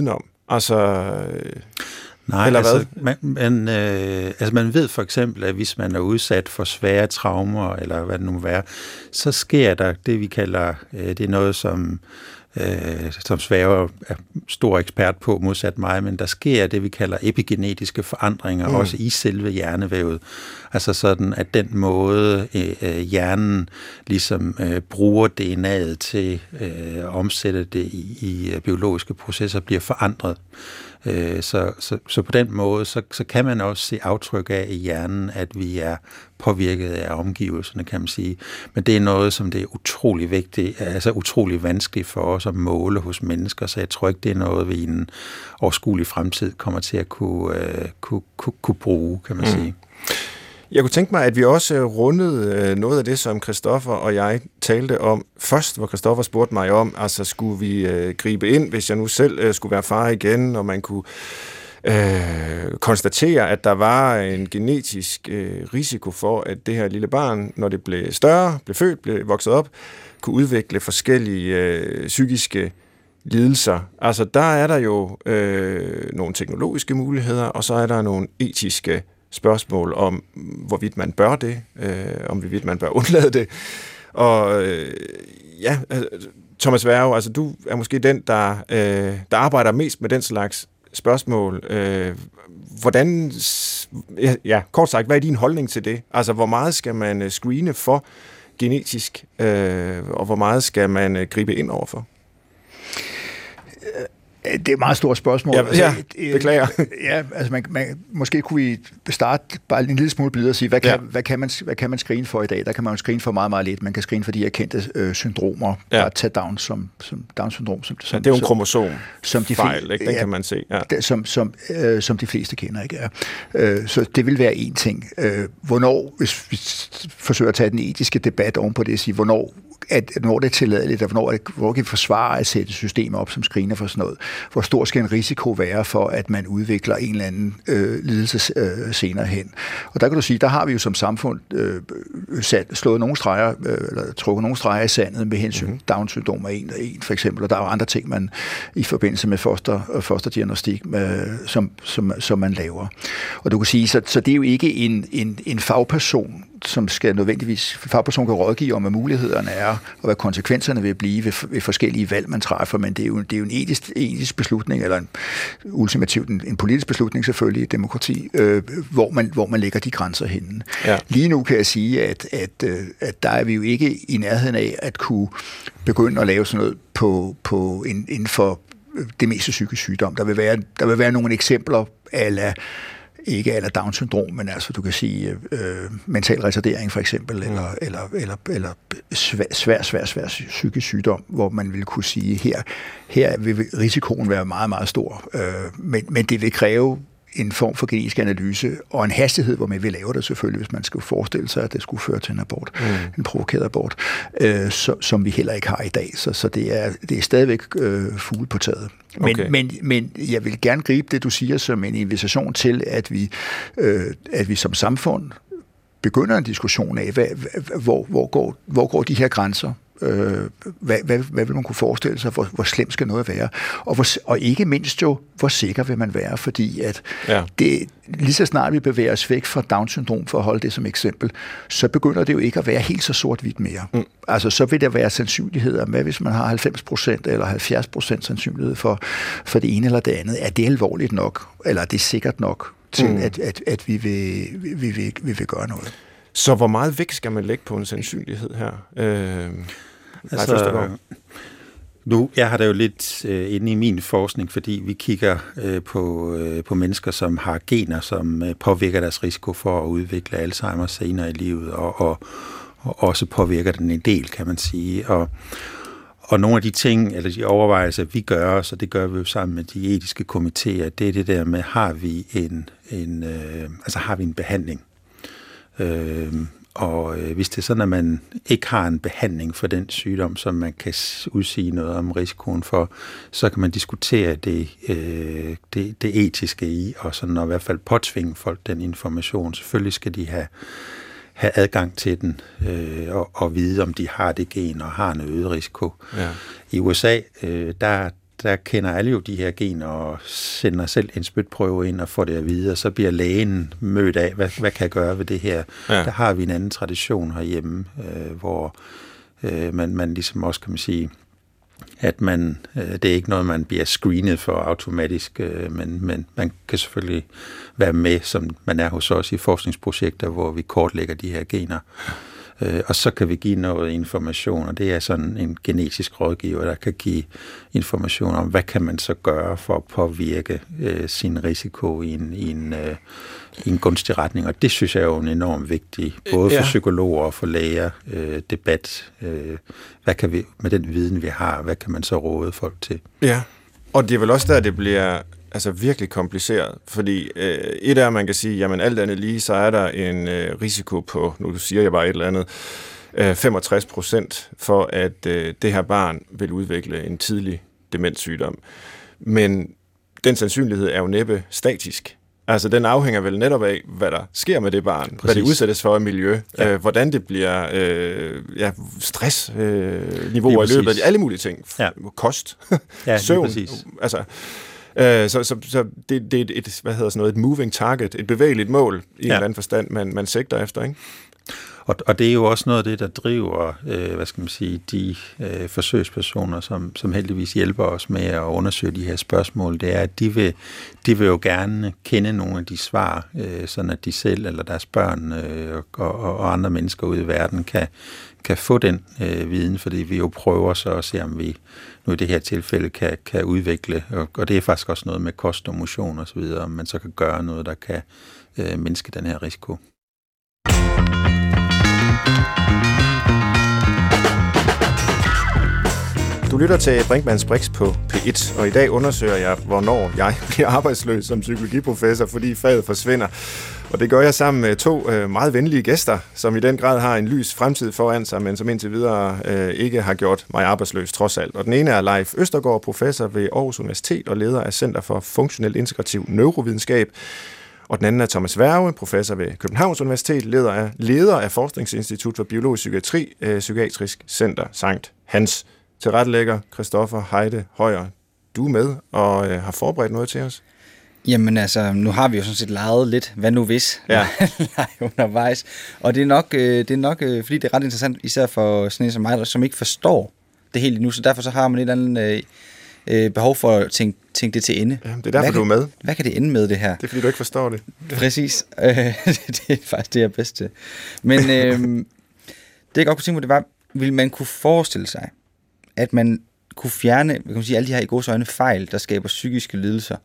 Altså... Nej, eller hvad? man ved for eksempel, at hvis man er udsat for svære traumer, eller hvad det nu må være, så sker der det, vi kalder, det er noget, som Sverre er stor ekspert på, modsat mig, men der sker det, vi kalder epigenetiske forandringer, også i selve hjernevævet. Altså sådan, at den måde, hjernen ligesom bruger DNA'et til at omsætte det i biologiske processer, bliver forandret. Så på den måde, så kan man også se aftryk af i hjernen, at vi er påvirket af omgivelserne, kan man sige. Men det er noget, som det er utrolig vigtigt, altså utrolig vanskeligt for os at måle hos mennesker, så jeg tror ikke, det er noget, vi i en overskuelig fremtid kommer til at kunne bruge, kan man sige. Jeg kunne tænke mig, at vi også rundede noget af det, som Christoffer og jeg talte om først, hvor Christoffer spurgte mig om, altså skulle vi gribe ind, hvis jeg nu selv skulle være far igen, og man kunne konstatere, at der var en genetisk risiko for, at det her lille barn, når det blev større, blev født, blev vokset op, kunne udvikle forskellige psykiske lidelser. Altså der er der jo nogle teknologiske muligheder, og så er der nogle etiske spørgsmål om, hvorvidt man bør det, om hvorvidt man bør undlade det. Og Thomas Werge, altså du er måske den, der arbejder mest med den slags spørgsmål. Hvordan, kort sagt, hvad er din holdning til det? Altså, hvor meget skal man screene for genetisk, og hvor meget skal man gribe ind overfor? Det er et meget stort spørgsmål. Ja, beklager. Ja, altså måske kunne vi starte bare en lille smule bedre og sige, hvad kan man screene for i dag? Der kan man jo screene for meget, meget lidt. Man kan screene for de her kendte syndromer, der tager Down som Down-syndrom. Det er jo en kromosomfejl, ikke? Den kan man se. Ja. Som de fleste kender, ikke? Ja. Så det vil være en ting. Hvornår, hvis vi forsøger at tage den etiske debat ovenpå det, at sige, hvornår det er tilladeligt, og hvor kan vi forsvare at sætte systemer op, som screener for sådan noget? Hvor stor skal en risiko være for, at man udvikler en eller anden lidelse senere hen? Og der kan du sige, der har vi jo som samfund slået nogle streger, eller trukket nogle streger i sandet med hensyn Down-syndrom er en for eksempel, og der er jo andre ting, man i forbindelse med fosterdiagnostik, som man laver. Og du kan sige, så det er jo ikke en fagperson, som skal nødvendigvis, fagperson kan rådgive om, hvad mulighederne er, og hvad konsekvenserne vil blive ved forskellige valg, man træffer, men det er jo en etisk beslutning, eller ultimativt en politisk beslutning selvfølgelig i demokrati, hvor man lægger de grænser henne. Ja. Lige nu kan jeg sige, at der er vi jo ikke i nærheden af at kunne begynde at lave sådan noget inden for det meste psykisk sygdom. Der vil være nogle eksempler ikke eller Down-syndrom, men altså du kan sige mental retardering for eksempel, eller svær psykisk sygdom, hvor man vil kunne sige, her vil risikoen være meget, meget stor. Men det vil kræve en form for genetisk analyse, og en hastighed, hvor man vil lave det selvfølgelig, hvis man skulle forestille sig, at det skulle føre til en abort, en provokeret abort, som vi heller ikke har i dag. Så det er stadigvæk fugle på taget. Men jeg vil gerne gribe det, du siger, som en invitation til, at vi som samfund begynder en diskussion af, hvor går de her grænser? Hvad vil man kunne forestille sig, hvor slemt skal noget være? Og ikke mindst jo, hvor sikker vil man være? Fordi at det, lige så snart vi bevæger os væk fra Down-syndrom, for at holde det som eksempel, så begynder det jo ikke at være helt så sort-hvidt mere. Altså, så vil der være sandsynligheder med, hvis man har 90% eller 70% sandsynlighed for det ene eller det andet. Er det alvorligt nok? Eller er det sikkert nok til, at vi vil gøre noget? Så hvor meget vægt skal man lægge på en sandsynlighed her? Jeg har da jo lidt inde i min forskning, fordi vi kigger på mennesker, som har gener, som påvirker deres risiko for at udvikle Alzheimer senere i livet, og også påvirker den en del, kan man sige. Og nogle af de ting, eller de overvejelser, vi gør, så det gør vi jo sammen med de etiske komitéer, det er det der med, har vi en behandling? Og hvis det er sådan, at man ikke har en behandling for den sygdom, som man kan udsige noget om risikoen for, så kan man diskutere det etiske i, og sådan og i hvert fald påtvinge folk den information. Selvfølgelig skal de have adgang til den, og vide, om de har det gen og har en øget risiko. Ja. I USA, der kender alle jo de her gener og sender selv en spytprøve ind og får det at vide, og så bliver lægen mødt af, hvad kan jeg gøre ved det her? Ja. Der har vi en anden tradition herhjemme, hvor man ligesom også, kan man sige, at det er ikke noget, man bliver screenet for automatisk, men man kan selvfølgelig være med, som man er hos os i forskningsprojekter, hvor vi kortlægger de her gener. Og så kan vi give noget information, og det er sådan en genetisk rådgiver, der kan give information om, hvad kan man så gøre for at påvirke sin risiko i en gunstig retning. Og det synes jeg er jo en enormt vigtig, både for psykologer og for læger, debat. Hvad kan vi, med den viden, vi har, hvad kan man så råde folk til? Ja, og det er vel også der, det bliver virkelig kompliceret, fordi et er, man kan sige, jamen alt andet lige, så er der en risiko på, nu siger jeg bare et eller andet, 65% for, at det her barn vil udvikle en tidlig demenssygdom. Men den sandsynlighed er jo næppe statisk. Altså, den afhænger vel netop af, hvad der sker med det barn, hvad det udsættes for af miljø, hvordan det bliver stressniveauer i løbet af alle mulige ting. Kost, søvn. Altså, så det er et moving target, et bevægeligt mål i en eller anden forstand, man sigter efter, ikke? Og det er jo også noget af det, der driver, de forsøgspersoner, som heldigvis hjælper os med at undersøge de her spørgsmål, det er, at de vil jo gerne kende nogle af de svar, sådan at de selv eller deres børn og andre mennesker ude i verden kan få den viden, fordi vi jo prøver så at se, om vi nu i det her tilfælde kan udvikle, og det er faktisk også noget med kost og motion og så videre, om man så kan gøre noget, der kan mindske den her risiko. Du lytter til Brinkmanns Brix på P1, og i dag undersøger jeg, hvornår jeg bliver arbejdsløs som psykologiprofessor, fordi faget forsvinder. Og det gør jeg sammen med to meget venlige gæster, som i den grad har en lys fremtid foran sig, men som indtil videre ikke har gjort mig arbejdsløs trods alt. Og den ene er Leif Østergaard, professor ved Aarhus Universitet og leder af Center for Funktionel Integrativ Neurovidenskab. Og den anden er Thomas Werge, professor ved Københavns Universitet, leder af Forskningsinstitut for Biologisk Psykiatri, Psykiatrisk Center Sankt Hans. Tilrettelægger Christoffer Heide Højer, du er med og har forberedt noget til os? Jamen altså, nu har vi jo sådan set leget lidt, hvad nu hvis, undervejs. Og det er nok, fordi det er ret interessant, især for sådan en som mig, som ikke forstår det helt endnu, så derfor så har man et eller andet behov for at tænke det til ende. Ja, det er derfor, du er med. Hvad kan det ende med, det her? Det er fordi, du ikke forstår det. Præcis. Det er faktisk det, jeg er bedst til. Men det jeg godt kunne tænke mig, det var, ville man kunne forestille sig, at man kunne fjerne, kan man sige, alle de her i gåseøjne fejl, der skaber psykiske lidelser.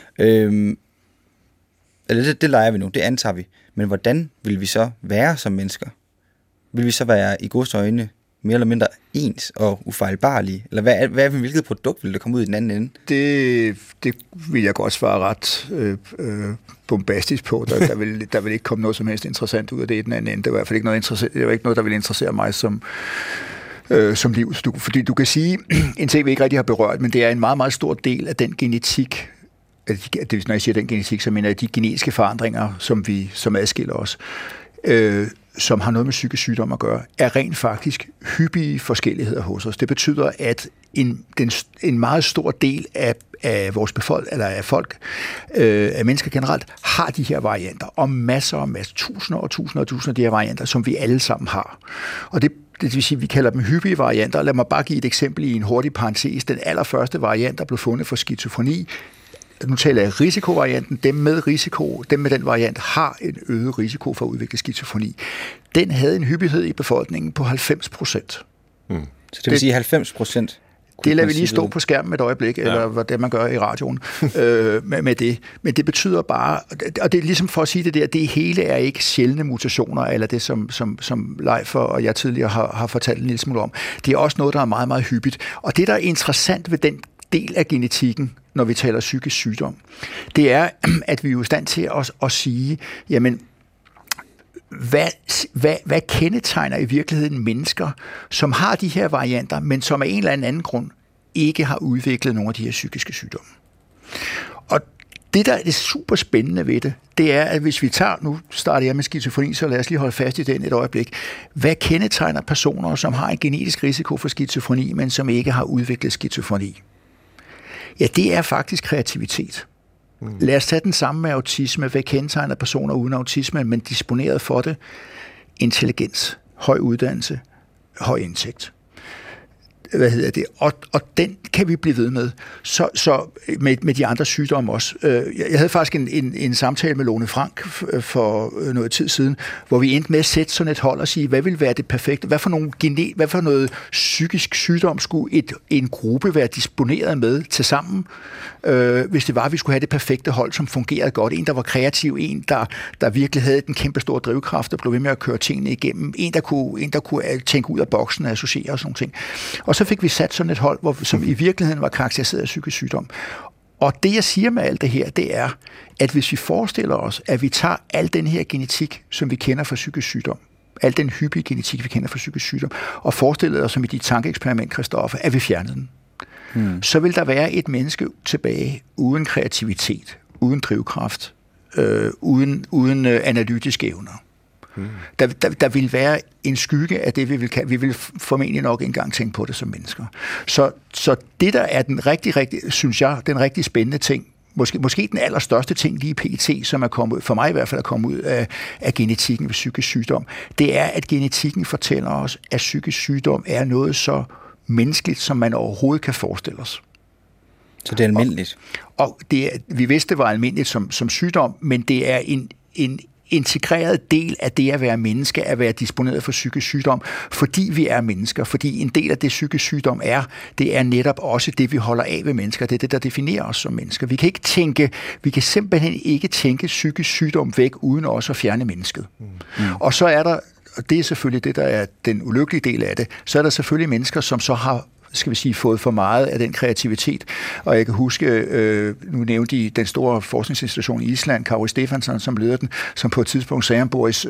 Eller det leger vi nu, det antager vi. Men hvordan vil vi så være som mennesker? Vil vi så være i gåseøjne mere eller mindre ens og ufejlbarlige? Eller hvilket produkt vil det komme ud i den anden ende? Det vil jeg godt svare ret bombastisk på. Der vil ikke komme noget som helst interessant ud af det i den anden ende. Det var i hvert fald ikke noget, der vil interessere mig som liv. Fordi du kan sige, en ting vi ikke rigtig har berørt, men det er en meget, meget stor del af den genetik, når jeg siger den genetik, så mener jeg de genetiske forandringer, som adskiller os, som har noget med psykisk sygdom at gøre, er rent faktisk hyppige forskelligheder hos os. Det betyder, at en meget stor del af vores folk, af mennesker generelt, har de her varianter, og masser, tusinder af de her varianter, som vi alle sammen har. Og det vil sige, at vi kalder dem hyppige varianter. Lad mig bare give et eksempel i en hurtig parentes. Den allerførste variant, der blev fundet for skizofreni, nu taler jeg risikovarianten, dem med den variant har en øget risiko for at udvikle skizofreni. Den havde en hyppighed i befolkningen på 90%. Så det vil sige 90%? Det lader vi lige stå på skærmen et øjeblik, eller hvad man gør i radioen med det. Men det betyder bare, og det er ligesom for at sige det hele er ikke sjældne mutationer, eller det, som Leif og jeg tidligere har fortalt en lille smule om. Det er også noget, der er meget, meget hyppigt. Og det, der er interessant ved den del af genetikken, når vi taler psykisk sygdom, det er, at vi er i stand til at sige, jamen, hvad kendetegner i virkeligheden mennesker, som har de her varianter, men som af en eller anden grund ikke har udviklet nogle af de her psykiske sygdomme. Og det, der er det super spændende ved det er, at hvis vi tager, nu starter jeg med skizofreni, så lad os lige holde fast i den et øjeblik. Hvad kendetegner personer, som har en genetisk risiko for skizofreni, men som ikke har udviklet skizofreni? Ja, det er faktisk kreativitet. Lad os tage den samme med autisme. Hvad kendetegner personer uden autisme, men disponeret for det? Intelligens, høj uddannelse, høj indsigt. Og den kan vi blive ved med. Så med de andre sygdomme også. Jeg havde faktisk en samtale med Lone Frank for noget tid siden, hvor vi endte med at sætte sådan et hold og sige, hvad vil være det perfekte? Hvad for noget psykisk sygdom skulle en gruppe være disponeret med til sammen, hvis det var, at vi skulle have det perfekte hold, som fungerede godt. En, der var kreativ, en, der virkelig havde en kæmpe stor drivkraft og blev ved med at køre tingene igennem. En, der kunne tænke ud af boksen og associere og sådan nogle ting. Og så fik vi sat sådan et hold, som i virkeligheden var karakteriseret af psykisk sygdom. Og det, jeg siger med alt det her, det er, at hvis vi forestiller os, at vi tager al den her genetik, som vi kender fra psykisk sygdom, al den hyppige genetik, vi kender fra psykisk sygdom, og forestiller os, som i dit tankeeksperiment, Christoffer, at vi fjerner den, så vil der være et menneske tilbage uden kreativitet, uden drivkraft, uden analytiske evner. Der vil være en skygge af det, vi vil formentlig nok engang tænke på det som mennesker. Så det, der er den synes jeg, den rigtig spændende ting, måske den allerstørste ting lige pt., som er kommet ud, for mig i hvert fald er kommet ud af genetikken ved psykisk sygdom, det er, at genetikken fortæller os, at psykisk sygdom er noget så menneskeligt, som man overhovedet kan forestille os. Så det er almindeligt? Og vi vidste, det var almindeligt som sygdom, men det er en integreret del af det at være menneske, at være disponeret for psykisk sygdom, fordi vi er mennesker, fordi en del af det psykisk sygdom det er netop også det, vi holder af ved mennesker. Det er det, der definerer os som mennesker. Vi kan simpelthen ikke tænke psykisk sygdom væk, uden også at fjerne mennesket. Og så er der, og det er selvfølgelig det, der er den ulykkelige del af det, så er der selvfølgelig mennesker, som så har fået for meget af den kreativitet. Og jeg kan huske, nu nævnte de den store forskningsinstitution i Island, Kári Stefánsson, som leder den, som på et tidspunkt sagde om Boris,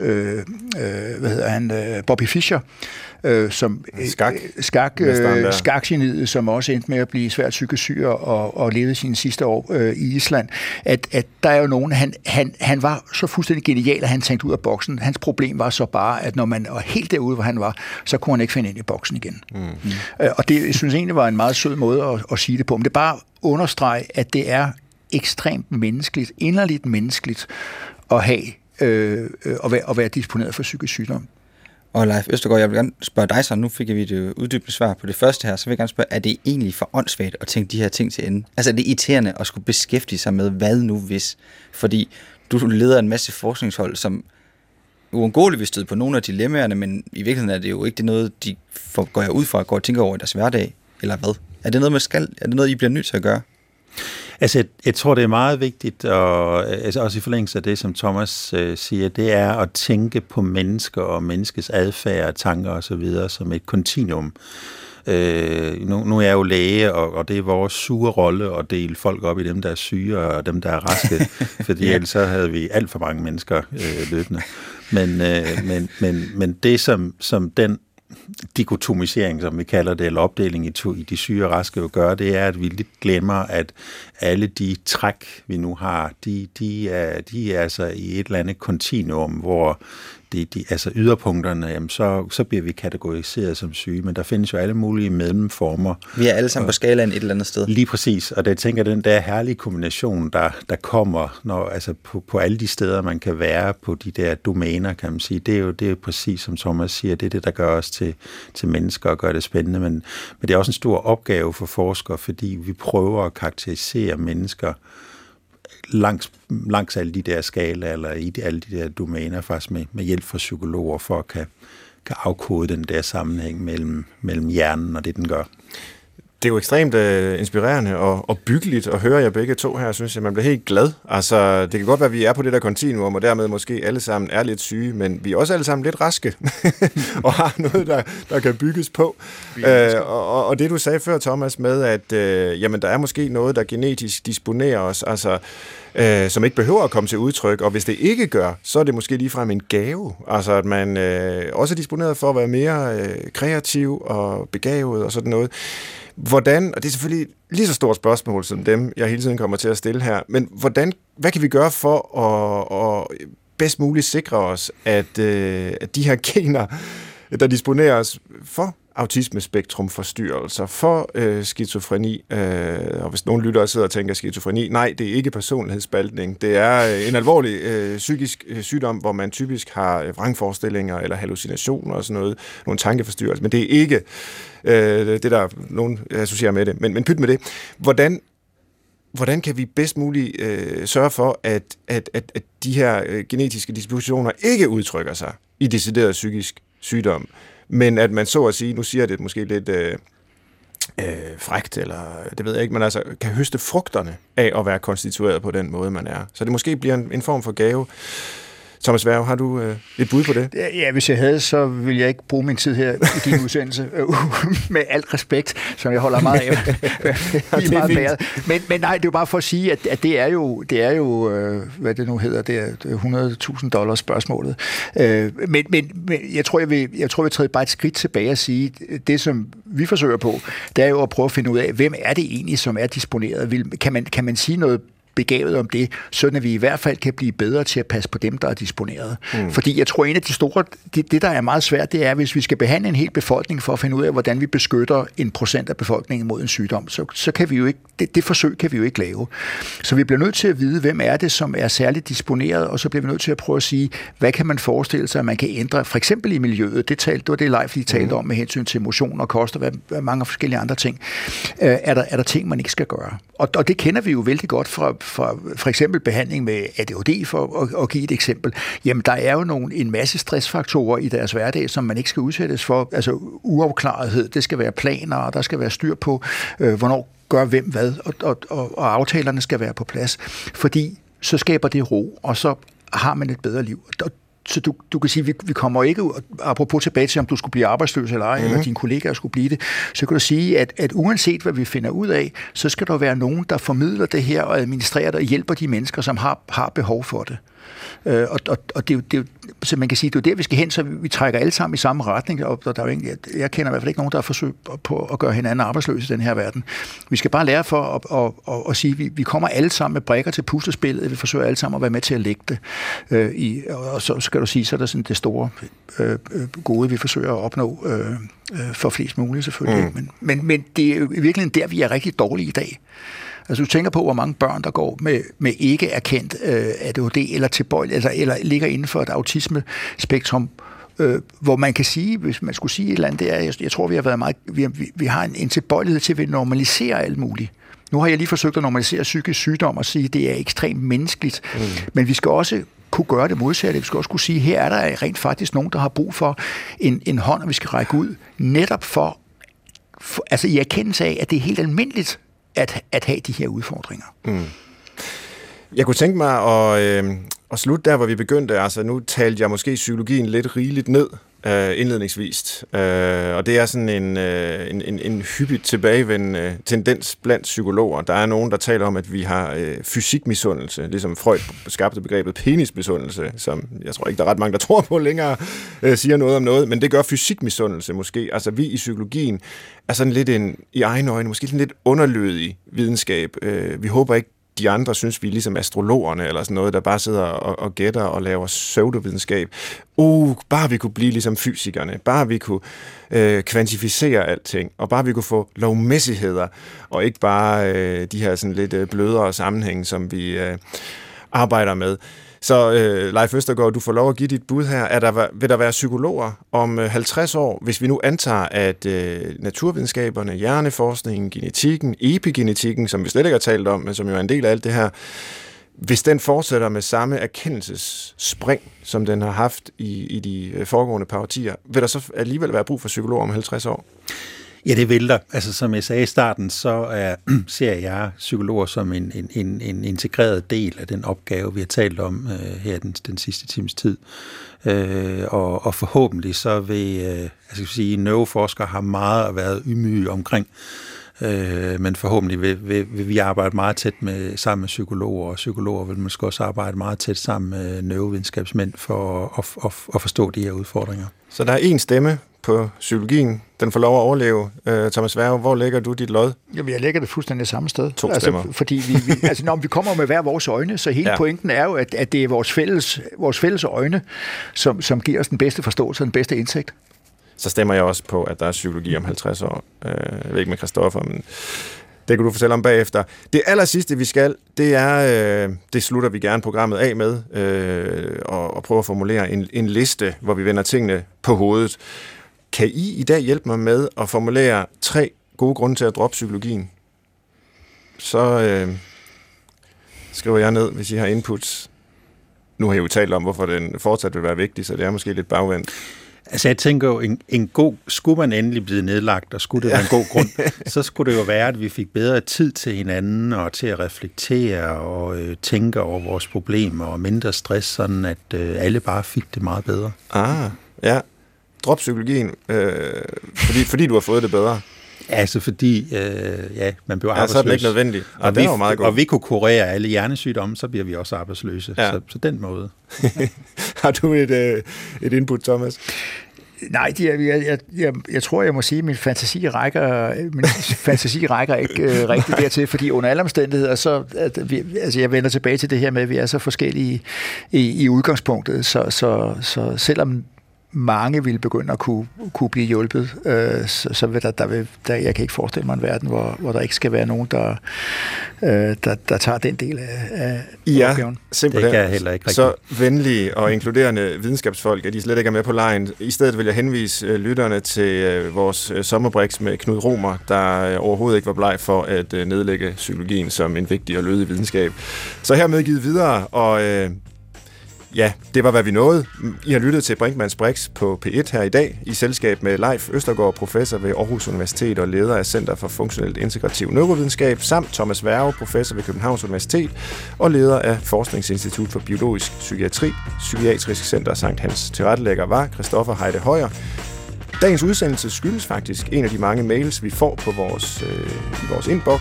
Bobby Fischer, som skakgeniet, som også endte med at blive svært psykisk syg og levede sine sidste år i Island, at der er jo nogen, han var så fuldstændig genial, at han tænkte ud af boksen. Hans problem var så bare, at når man var helt derude, hvor han var, så kunne han ikke finde ind i boksen igen. Og det, jeg synes egentlig, var en meget sød måde at sige det på. Men det bare understrege, at det er ekstremt menneskeligt, inderligt menneskeligt at have at være disponeret for psykisk sygdom. Og Leif Østergaard, jeg vil gerne spørge dig så, nu fik vi det uddybende svar på det første her, så vil jeg gerne spørge, er det egentlig for åndssvagt at tænke de her ting til ende? Altså er det irriterende at skulle beskæftige sig med, hvad nu hvis? Fordi du leder en masse forskningshold, som uundgåeligt vil støde på nogle af dilemmaerne, men i virkeligheden er det jo ikke det noget, de går jeg ud fra at gå og tænke over i deres hverdag, eller hvad? Er det noget, I bliver nødt til at gøre? Altså, jeg tror, det er meget vigtigt, og altså, også i forlængelse af det, som Thomas siger, det er at tænke på mennesker og menneskets adfærd, tanker osv. som et kontinuum. Nu er jeg jo læge, og det er vores sure rolle at dele folk op i dem, der er syge, og dem, der er raske, fordi ellers så havde vi alt for mange mennesker løbende. Men det, som den dikotomisering, som vi kalder det, eller opdeling i de syge og raske jo gør, det er, at vi lidt glemmer, at alle de træk, vi nu har, de er altså i et eller andet kontinuum, hvor altså yderpunkterne, jamen så bliver vi kategoriseret som syge, men der findes jo alle mulige mellemformer. Vi er alle sammen på skalaen et eller andet sted. Lige præcis, og jeg tænker, den der herlige kombination, der kommer, når, altså på alle de steder, man kan være på de der domæner, kan man sige, det er jo præcis, som Thomas siger, det er det, der gør os til mennesker og gør det spændende, men det er også en stor opgave for forskere, fordi vi prøver at karakterisere mennesker langs alle de der skala, eller i alle de der domæner, faktisk med hjælp fra psykologer, for at kan afkode den der sammenhæng mellem hjernen og det, den gør. Det er jo ekstremt inspirerende og byggeligt at høre jer begge to her, synes jeg. Man bliver helt glad. Altså, det kan godt være, at vi er på det der kontinuum, og dermed måske alle sammen er lidt syge, men vi er også alle sammen lidt raske, og har noget, der kan bygges på. Og det, du sagde før, Thomas, med, at jamen, der er måske noget, der genetisk disponerer os, altså, som ikke behøver at komme til udtryk, og hvis det ikke gør, så er det måske ligefrem en gave. Altså, at man også er disponeret for at være mere kreativ og begavet og sådan noget. Hvordan, og det er selvfølgelig lige så stort spørgsmål som dem, jeg hele tiden kommer til at stille her, men hvad kan vi gøre for at bedst muligt sikre os, at de her gener, der disponerer os for autismespektrumforstyrrelser, for skizofreni, og hvis nogen lytter og sidder og tænker skizofreni, nej, det er ikke personlighedsspaltning. Det er en alvorlig psykisk sygdom, hvor man typisk har vrangforestillinger eller hallucinationer og sådan noget, nogle tankeforstyrrelser, men det er ikke det, der nogen associerer med det. Men pyt med det. Hvordan kan vi bedst muligt sørge for, at de her genetiske dispositioner ikke udtrykker sig i decideret psykisk sygdom, men at man så at sige, nu siger det måske lidt frækt, eller det ved jeg ikke, man altså kan høste frugterne af at være konstitueret på den måde, man er. Så det måske bliver en form for gave. Thomas Werge, har du et bud på det? Ja, hvis jeg havde, så ville jeg ikke bruge min tid her i din udsendelse. Med alt respekt, som jeg holder meget af. Men nej, det er jo bare for at sige, at det er jo hvad det nu hedder, det er $100,000 spørgsmålet. Men jeg tror, jeg vil træde bare et skridt tilbage og sige, det som vi forsøger på, det er jo at prøve at finde ud af, hvem er det egentlig, som er disponeret? Kan man sige noget begavet om det, sådan at vi i hvert fald kan blive bedre til at passe på dem, der er disponeret. Fordi jeg tror, en af de store, det der er meget svært, det er, hvis vi skal behandle en hel befolkning for at finde ud af, hvordan vi beskytter 1% af befolkningen mod en sygdom, så kan vi jo ikke, det forsøg kan vi jo ikke lave. Så vi bliver nødt til at vide, hvem er det, som er særligt disponeret, og så bliver vi nødt til at prøve at sige, hvad kan man forestille sig, at man kan ændre, for eksempel i miljøet, det var det Leif lige talte om med hensyn til motion og kost og hvad mange forskellige andre ting. Er der ting, man ikke skal gøre? Og det kender vi jo vældig godt fra for eksempel behandling med ADHD, for at give et eksempel. Jamen, der er jo en masse stressfaktorer i deres hverdag, som man ikke skal udsættes for. Altså uafklarethed, det skal være planer, og der skal være styr på, hvornår gør hvem hvad, og aftalerne skal være på plads. Fordi så skaber det ro, og så har man et bedre liv. Så du kan sige, vi kommer ikke, apropos tilbage til, om du skulle blive arbejdsløs eller ej, eller dine kollegaer skulle blive det, så kan du sige, at uanset hvad vi finder ud af, så skal der være nogen, der formidler det her og administrerer det og hjælper de mennesker, som har behov for det. Og det, så man kan sige, det er der, vi skal hen, så vi trækker alle sammen i samme retning, og der er jo jeg kender i hvert fald ikke nogen, der har forsøgt på at gøre hinanden arbejdsløse i den her verden. Vi skal bare lære for at sige, vi kommer alle sammen med brikker til puslespillet, vi forsøger alle sammen at være med til at lægge det, og så skal du sige, så er der sådan det store gode, vi forsøger at opnå for flest muligt selvfølgelig. Men det er jo i virkeligheden der, vi er rigtig dårlige i dag. Altså du tænker på, hvor mange børn, der går med ikke erkendt ADHD eller tilbøjeligt, eller ligger inden for et autismespektrum, hvor man kan sige, hvis man skulle sige et eller andet, det er, jeg tror, vi har været meget, vi har en tilbøjelighed til at normalisere alt muligt. Nu har jeg lige forsøgt at normalisere psykisk sygdom og sige, at det er ekstremt menneskeligt, men vi skal også kunne gøre det modsatte. Vi skal også kunne sige, her er der rent faktisk nogen, der har brug for en hånd, og vi skal række ud, netop for altså i erkendelse af, at det er helt almindeligt, at have de her udfordringer. Jeg kunne tænke mig at slutte der, hvor vi begyndte. Altså, nu talte jeg måske psykologien lidt rigeligt ned indledningsvist. Og det er sådan en hyppigt tilbagevendende tendens blandt psykologer. Der er nogen, der taler om, at vi har fysikmisundelse, ligesom Freud skabte begrebet penismisundelse, som jeg tror ikke, der er ret mange, der tror på længere, siger noget om noget, men det gør fysikmisundelse måske. Altså vi i psykologien er sådan lidt i egne øjne, måske sådan lidt underlødig videnskab. Vi håber ikke, de andre synes, vi er ligesom astrologerne, eller sådan noget, der bare sidder og gætter og laver pseudovidenskab. Bare vi kunne blive ligesom fysikerne, bare vi kunne kvantificere alting, og bare vi kunne få lovmæssigheder, og ikke bare de her sådan lidt blødere sammenhænge, som vi arbejder med. Så Leif Østergaard, du får lov at give dit bud her. Vil der være psykologer om 50 år, hvis vi nu antager, at naturvidenskaberne, hjerneforskningen, genetikken, epigenetikken, som vi slet ikke har talt om, men som jo er en del af alt det her, hvis den fortsætter med samme erkendelsesspring, som den har haft i de foregående par årtier, vil der så alligevel være brug for psykologer om 50 år? Ja, det vil der. Altså, som jeg sagde i starten, så ser jeg psykologer som en integreret del af den opgave, vi har talt om her den sidste times tid. Og forhåbentlig så vil, neuroforskere har meget været ydmyge omkring, men forhåbentlig vil vi arbejde meget tæt sammen med psykologer, og psykologer vil måske også arbejde meget tæt sammen med neurovidenskabsmænd for at forstå de her udfordringer. Så der er én stemme på psykologien, den får lov at overleve. Thomas Werge, hvor lægger du dit lod? Jamen, jeg lægger det fuldstændig samme sted. 2 stemmer. Fordi vi kommer med hver vores øjne, så hele pointen er jo, at det er vores fælles øjne, som giver os den bedste forståelse og den bedste indsigt. så stemmer jeg også på, at der er psykologi om 50 år. Jeg ved ikke med Christoffer, men det kan du fortælle om bagefter. Det aller sidste, vi skal, det er, det slutter vi gerne programmet af med, og prøve at formulere en liste, hvor vi vender tingene på hovedet. Kan I dag hjælpe mig med at formulere 3 gode grunde til at droppe psykologien? Så skriver jeg ned, hvis I har inputs. Nu har jeg jo talt om, hvorfor den fortsat vil være vigtig, så det er måske lidt bagvendt. Altså jeg tænker jo, en god, skulle man endelig blive nedlagt, og skulle det være en god grund, så skulle det jo være, at vi fik bedre tid til hinanden, og til at reflektere og tænke over vores problemer, og mindre stress, sådan at alle bare fik det meget bedre. Ja. Drop psykologien, fordi du har fået det bedre. Altså fordi, man bliver arbejdsløs. Så er det ikke nødvendigt. Og det var meget godt. Og vi kunne kurere alle hjernesygdomme, så bliver vi også arbejdsløse. Ja. Så den måde. Har du et input, Thomas? Nej, jeg tror, jeg må sige, at min fantasi rækker ikke rigtigt dertil, fordi under alle omstændigheder, jeg vender tilbage til det her med, at vi er så forskellige i udgangspunktet, så selvom mange vil begynde at kunne blive hjulpet, så vil jeg kan ikke forestille mig en verden, hvor der ikke skal være nogen, der tager den del af opgaven. Simpelthen. Det kan jeg heller ikke rigtig. Så venlige og inkluderende videnskabsfolk, at de slet ikke er med på lejen. I stedet vil jeg henvise lytterne til vores sommerbriks med Knud Romer, der overhovedet ikke var bleg for at nedlægge psykologien som en vigtig og lødig videnskab. Så hermed givet videre, og ja, det var, hvad vi nåede. I har lyttet til Brinkmanns Brix på P1 her i dag, i selskab med Leif Østergaard, professor ved Aarhus Universitet og leder af Center for Funktionelt Integrativ Neurovidenskab, samt Thomas Werge, professor ved Københavns Universitet og leder af Forskningsinstitut for Biologisk Psykiatri, Psykiatrisk Center Sankt Hans. Tilrettelægger var Christoffer Heide Højer. Dagens udsendelse skyldes faktisk en af de mange mails, vi får på i vores inbox,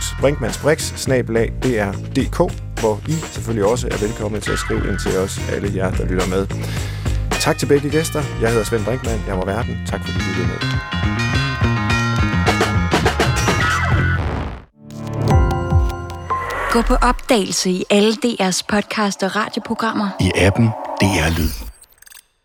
brinkmannsbrix@dr.dk, hvor I selvfølgelig også er velkomne til at skrive ind til os, alle jer, der lytter med. Tak til begge gæster. Jeg hedder Svend Brinkmann. Jeg var værten. Tak fordi I lyttede med. Gå på opdagelse i alle DR's podcast og radioprogrammer. I appen DR Lyd.